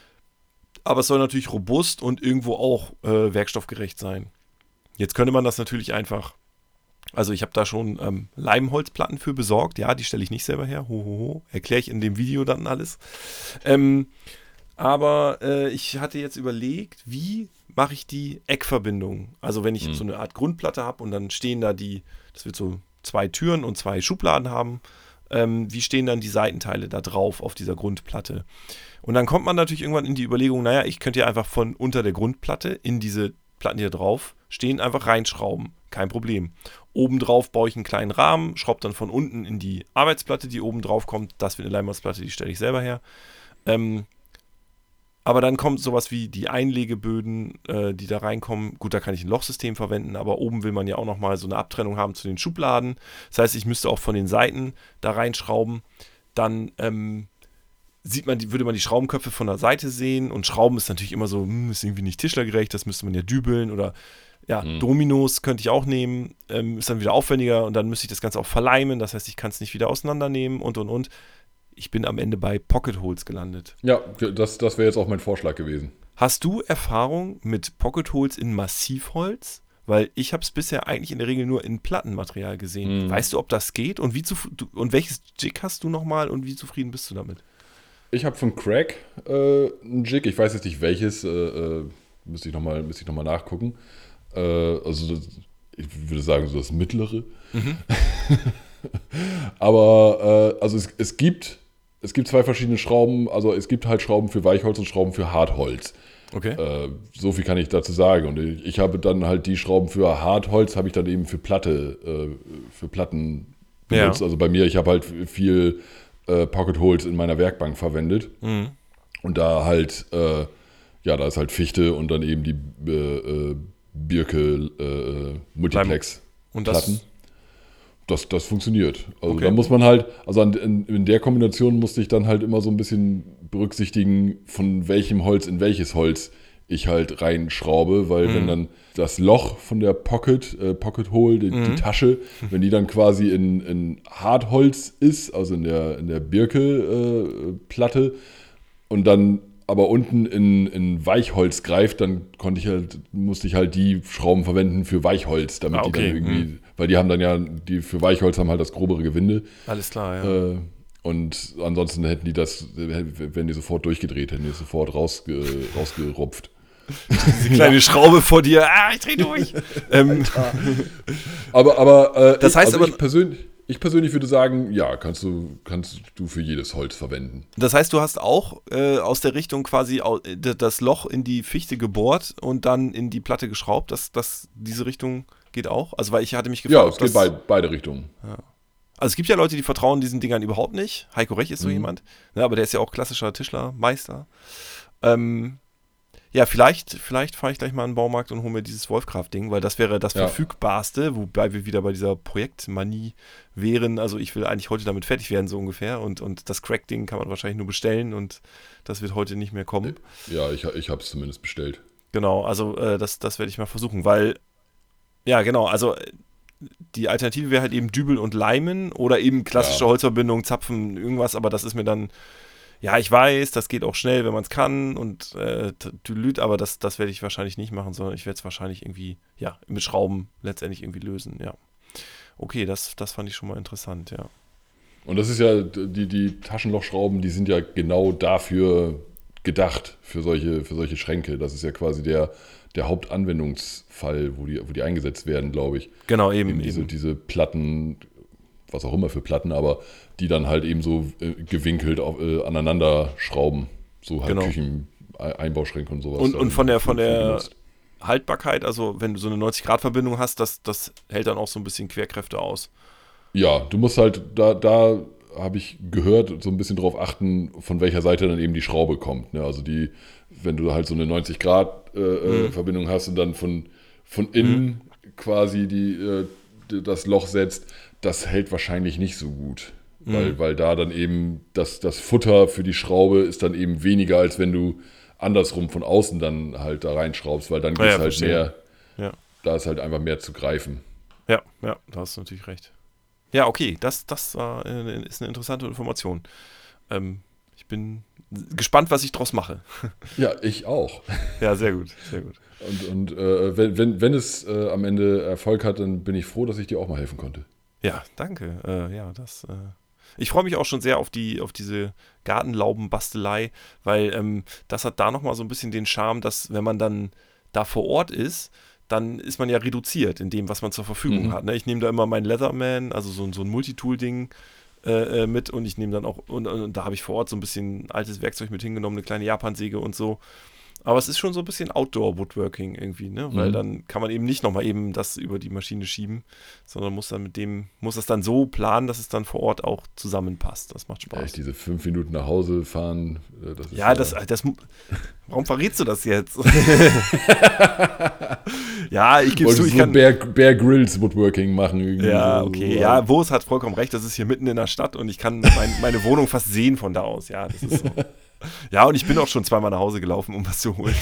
aber es soll natürlich robust und irgendwo auch äh, werkstoffgerecht sein. Jetzt könnte man das natürlich einfach, also ich habe da schon ähm, Leimholzplatten für besorgt, ja, die stelle ich nicht selber her, ho, ho, ho, erkläre ich in dem Video dann alles. Ähm, aber äh, ich hatte jetzt überlegt, wie mache ich die Eckverbindung? Also wenn ich Mhm. so eine Art Grundplatte habe und dann stehen da die, das wird so zwei Türen und zwei Schubladen haben, ähm, wie stehen dann die Seitenteile da drauf auf dieser Grundplatte? Und dann kommt man natürlich irgendwann in die Überlegung, naja, ich könnte ja einfach von unter der Grundplatte in diese Platten, die da drauf stehen, einfach reinschrauben. Kein Problem. Obendrauf baue ich einen kleinen Rahmen, schraube dann von unten in die Arbeitsplatte, die oben drauf kommt. Das wird eine Leimholzplatte, die stelle ich selber her. Ähm, aber dann kommt sowas wie die Einlegeböden, äh, die da reinkommen. Gut, da kann ich ein Lochsystem verwenden, aber oben will man ja auch nochmal so eine Abtrennung haben zu den Schubladen. Das heißt, ich müsste auch von den Seiten da reinschrauben. Dann ähm, sieht man, die, würde man die Schraubenköpfe von der Seite sehen und Schrauben ist natürlich immer so, hm, ist irgendwie nicht tischlergerecht, das müsste man ja dübeln oder ja, Hm. Dominos könnte ich auch nehmen, ähm, ist dann wieder aufwendiger und dann müsste ich das Ganze auch verleimen, das heißt, ich kann es nicht wieder auseinandernehmen und und und. Ich bin am Ende bei Pocket Holes gelandet. Ja, das, das wäre jetzt auch mein Vorschlag gewesen. Hast du Erfahrung mit Pocket Holes in Massivholz? Weil ich habe es bisher eigentlich in der Regel nur in Plattenmaterial gesehen. Mhm. Weißt du, ob das geht und wie zu, du, und welches Jig hast du nochmal und wie zufrieden bist du damit? Ich habe von Craig äh, einen Jig, ich weiß jetzt nicht welches, äh, äh, müsste ich nochmal noch mal nachgucken. Äh, also das, ich würde sagen, so das mittlere. Mhm. Aber äh, also es, es gibt es gibt zwei verschiedene Schrauben, also es gibt halt Schrauben für Weichholz und Schrauben für Hartholz. Okay. Äh, so viel kann ich dazu sagen. Und ich, ich habe dann halt die Schrauben für Hartholz, habe ich dann eben für Platte, äh, für Platten benutzt. Ja. Also bei mir, ich habe halt viel äh, Pocket Holes in meiner Werkbank verwendet. Mhm. Und da halt, äh, ja, da ist halt Fichte und dann eben die äh, äh, Birke äh, Multiplex Und das, Platten. Das, das funktioniert. Also Okay. da muss man halt, also an, in, in der Kombination musste ich dann halt immer so ein bisschen berücksichtigen, von welchem Holz in welches Holz ich halt reinschraube, weil wenn dann das Loch von der Pocket, äh, Pocket Hole, die, die Tasche, wenn die dann quasi in, in Hartholz ist, also in der, in der Birke-Platte und dann aber unten in, in Weichholz greift, dann konnte ich halt, musste ich halt die Schrauben verwenden für Weichholz, damit Ah, okay. die dann irgendwie, weil die haben dann ja, die für Weichholz haben halt das grobere Gewinde. Alles klar, ja. Äh, und ansonsten hätten die das, wenn die sofort durchgedreht, hätten die es sofort rausge, rausgerupft. Diese kleine Schraube vor dir, ah, ich dreh durch. ähm, Aber, aber, äh, Das ich, heißt also aber- ich, persönlich, ich persönlich würde sagen, ja, kannst du, kannst du für jedes Holz verwenden. Das heißt, du hast auch äh, aus der Richtung quasi au- d- das Loch in die Fichte gebohrt und dann in die Platte geschraubt. Das, das, diese Richtung geht auch? Also, weil ich hatte mich gefragt, Ja, es ob geht das, bei, beide Richtungen. Also es gibt ja Leute, die vertrauen diesen Dingern überhaupt nicht. Heiko Rech ist so Mhm. jemand. Ja, aber der ist ja auch klassischer Tischler, Meister. Ähm, ja, vielleicht, vielleicht fahre ich gleich mal in den Baumarkt und hole mir dieses Wolfkraft-Ding, weil das wäre das Ja. verfügbarste, wobei wir wieder bei dieser Projektmanie wären. Also ich will eigentlich heute damit fertig werden, so ungefähr. Und, und das Crack-Ding kann man wahrscheinlich nur bestellen und das wird heute nicht mehr kommen. Ja, ich, ich habe es zumindest bestellt. Genau, also äh, das, das werde ich mal versuchen, weil, ja genau, also äh, die Alternative wäre halt eben Dübel und Leimen oder eben klassische Ja. Holzverbindung, Zapfen, irgendwas, aber das ist mir dann, ja, ich weiß, das geht auch schnell, wenn man es kann und äh, Tylüt, aber das, das werde ich wahrscheinlich nicht machen, sondern ich werde es wahrscheinlich irgendwie, ja, mit Schrauben letztendlich irgendwie lösen, ja. Okay, das, das fand ich schon mal interessant, ja. Und das ist ja, die, die Taschenlochschrauben, die sind ja genau dafür gedacht, für solche, für solche Schränke. Das ist ja quasi der, der Hauptanwendungsfall, wo die, wo die eingesetzt werden, glaube ich. Genau, eben, Eben eben. diese, diese Platten, was auch immer für Platten, aber die dann halt eben so äh, gewinkelt auf, äh, aneinander schrauben. So halt Genau. Küchen, Ei- Einbauschränke und sowas. Und, dann und von der, von für- für der benutzt. Haltbarkeit, also wenn du so eine neunzig-Grad-Verbindung hast, das, das hält dann auch so ein bisschen Querkräfte aus. Ja, du musst halt, da, da habe ich gehört, so ein bisschen drauf achten, von welcher Seite dann eben die Schraube kommt. Ne? Also die, wenn du halt so eine neunzig Grad äh, Mhm. äh, Verbindung hast und dann von, von innen quasi die, äh, die, das Loch setzt, das hält wahrscheinlich nicht so gut. Weil, Mhm. weil da dann eben das, das Futter für die Schraube ist dann eben weniger, als wenn du andersrum von außen dann halt da reinschraubst, weil dann Ja, gibt es ja, halt verstehe. mehr, Ja. da ist halt einfach mehr zu greifen. Ja, ja, da hast du natürlich recht. Ja, okay, das, das war, äh, ist eine interessante Information. Ähm, ich bin gespannt, was ich draus mache. Ja, ich auch. Ja, sehr gut, sehr gut. Und, und äh, wenn, wenn, wenn es äh, am Ende Erfolg hat, dann bin ich froh, dass ich dir auch mal helfen konnte. Ja, danke. Äh, ja, das. Äh, ich freue mich auch schon sehr auf die, auf diese Gartenlaubenbastelei, weil ähm, das hat da nochmal so ein bisschen den Charme, dass wenn man dann da vor Ort ist, dann ist man ja reduziert in dem, was man zur Verfügung Mhm. hat. Ne? Ich nehme da immer meinen Leatherman, also so, ein- so ein Multitool-Ding äh, äh, mit und ich nehme dann auch, und, und, und da habe ich vor Ort so ein bisschen altes Werkzeug mit hingenommen, eine kleine Japansäge und so. Aber es ist schon so ein bisschen Outdoor-Woodworking irgendwie, ne? Weil Mhm. dann kann man eben nicht nochmal eben das über die Maschine schieben, sondern muss dann mit dem, muss das dann so planen, dass es dann vor Ort auch zusammenpasst. Das macht Ja, Spaß. ich diese fünf Minuten nach Hause fahren, äh, das ist Ja, das, das, warum verrätst du das jetzt? Ja, ich gebe Wolltest zu, ich so kann. Bear, Bear Grylls Woodworking machen. irgendwie Ja, so, okay. so. Ja, Boris hat vollkommen recht. Das ist hier mitten in der Stadt und ich kann mein, meine Wohnung fast sehen von da aus. Ja, das ist so. Ja, und ich bin auch schon zweimal nach Hause gelaufen, um was zu holen.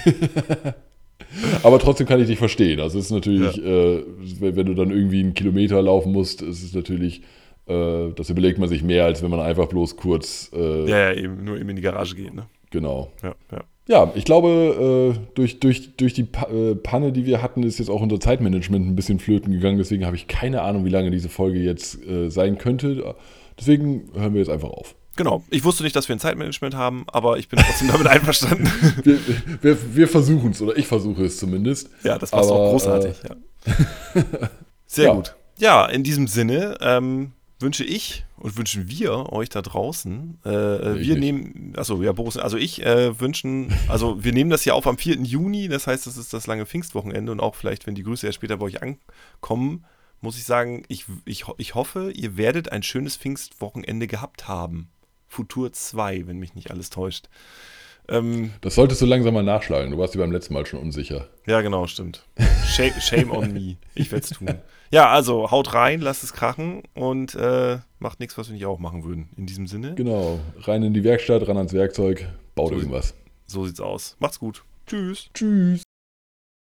Aber trotzdem kann ich dich verstehen. Also es ist natürlich, äh, wenn, wenn du dann irgendwie einen Kilometer laufen musst, ist es natürlich, äh, das überlegt man sich mehr, als wenn man einfach bloß kurz, äh, Ja, ja, eben, nur eben in die Garage gehen, ne? genau. Ja, ja. Ja, ich glaube, äh, durch, durch, durch die pa äh, Panne, die wir hatten, ist jetzt auch unser Zeitmanagement ein bisschen flöten gegangen. Deswegen habe ich keine Ahnung, wie lange diese Folge jetzt äh, sein könnte. Deswegen hören wir jetzt einfach auf. Genau. Ich wusste nicht, dass wir ein Zeitmanagement haben, aber ich bin trotzdem damit einverstanden. Wir, wir, wir versuchen es, oder ich versuche es zumindest. Ja, das machst du Aber, auch großartig. äh, ja. Sehr ja. gut. Ja, in diesem Sinne ähm, wünsche ich und wünschen wir euch da draußen, äh, wir nicht. nehmen, achso, ja, Boris, also ich äh, wünschen, also wir nehmen das ja auf am vierten Juni, das heißt, das ist das lange Pfingstwochenende und auch vielleicht, wenn die Grüße erst später bei euch ankommen, muss ich sagen, ich, ich, ich hoffe, ihr werdet ein schönes Pfingstwochenende gehabt haben. Futur zwei, wenn mich nicht alles täuscht. Ähm, Das solltest du langsam mal nachschlagen. Du warst dir beim letzten Mal schon unsicher. ja, genau, stimmt. Shame, shame on me. Ich werde es tun. Ja, also haut rein, lasst es krachen und äh, macht nichts, was wir nicht auch machen würden. In diesem Sinne. Genau. Rein in die Werkstatt, ran ans Werkzeug, baut So- irgendwas. So sieht's aus. Macht's gut. Tschüss. Tschüss.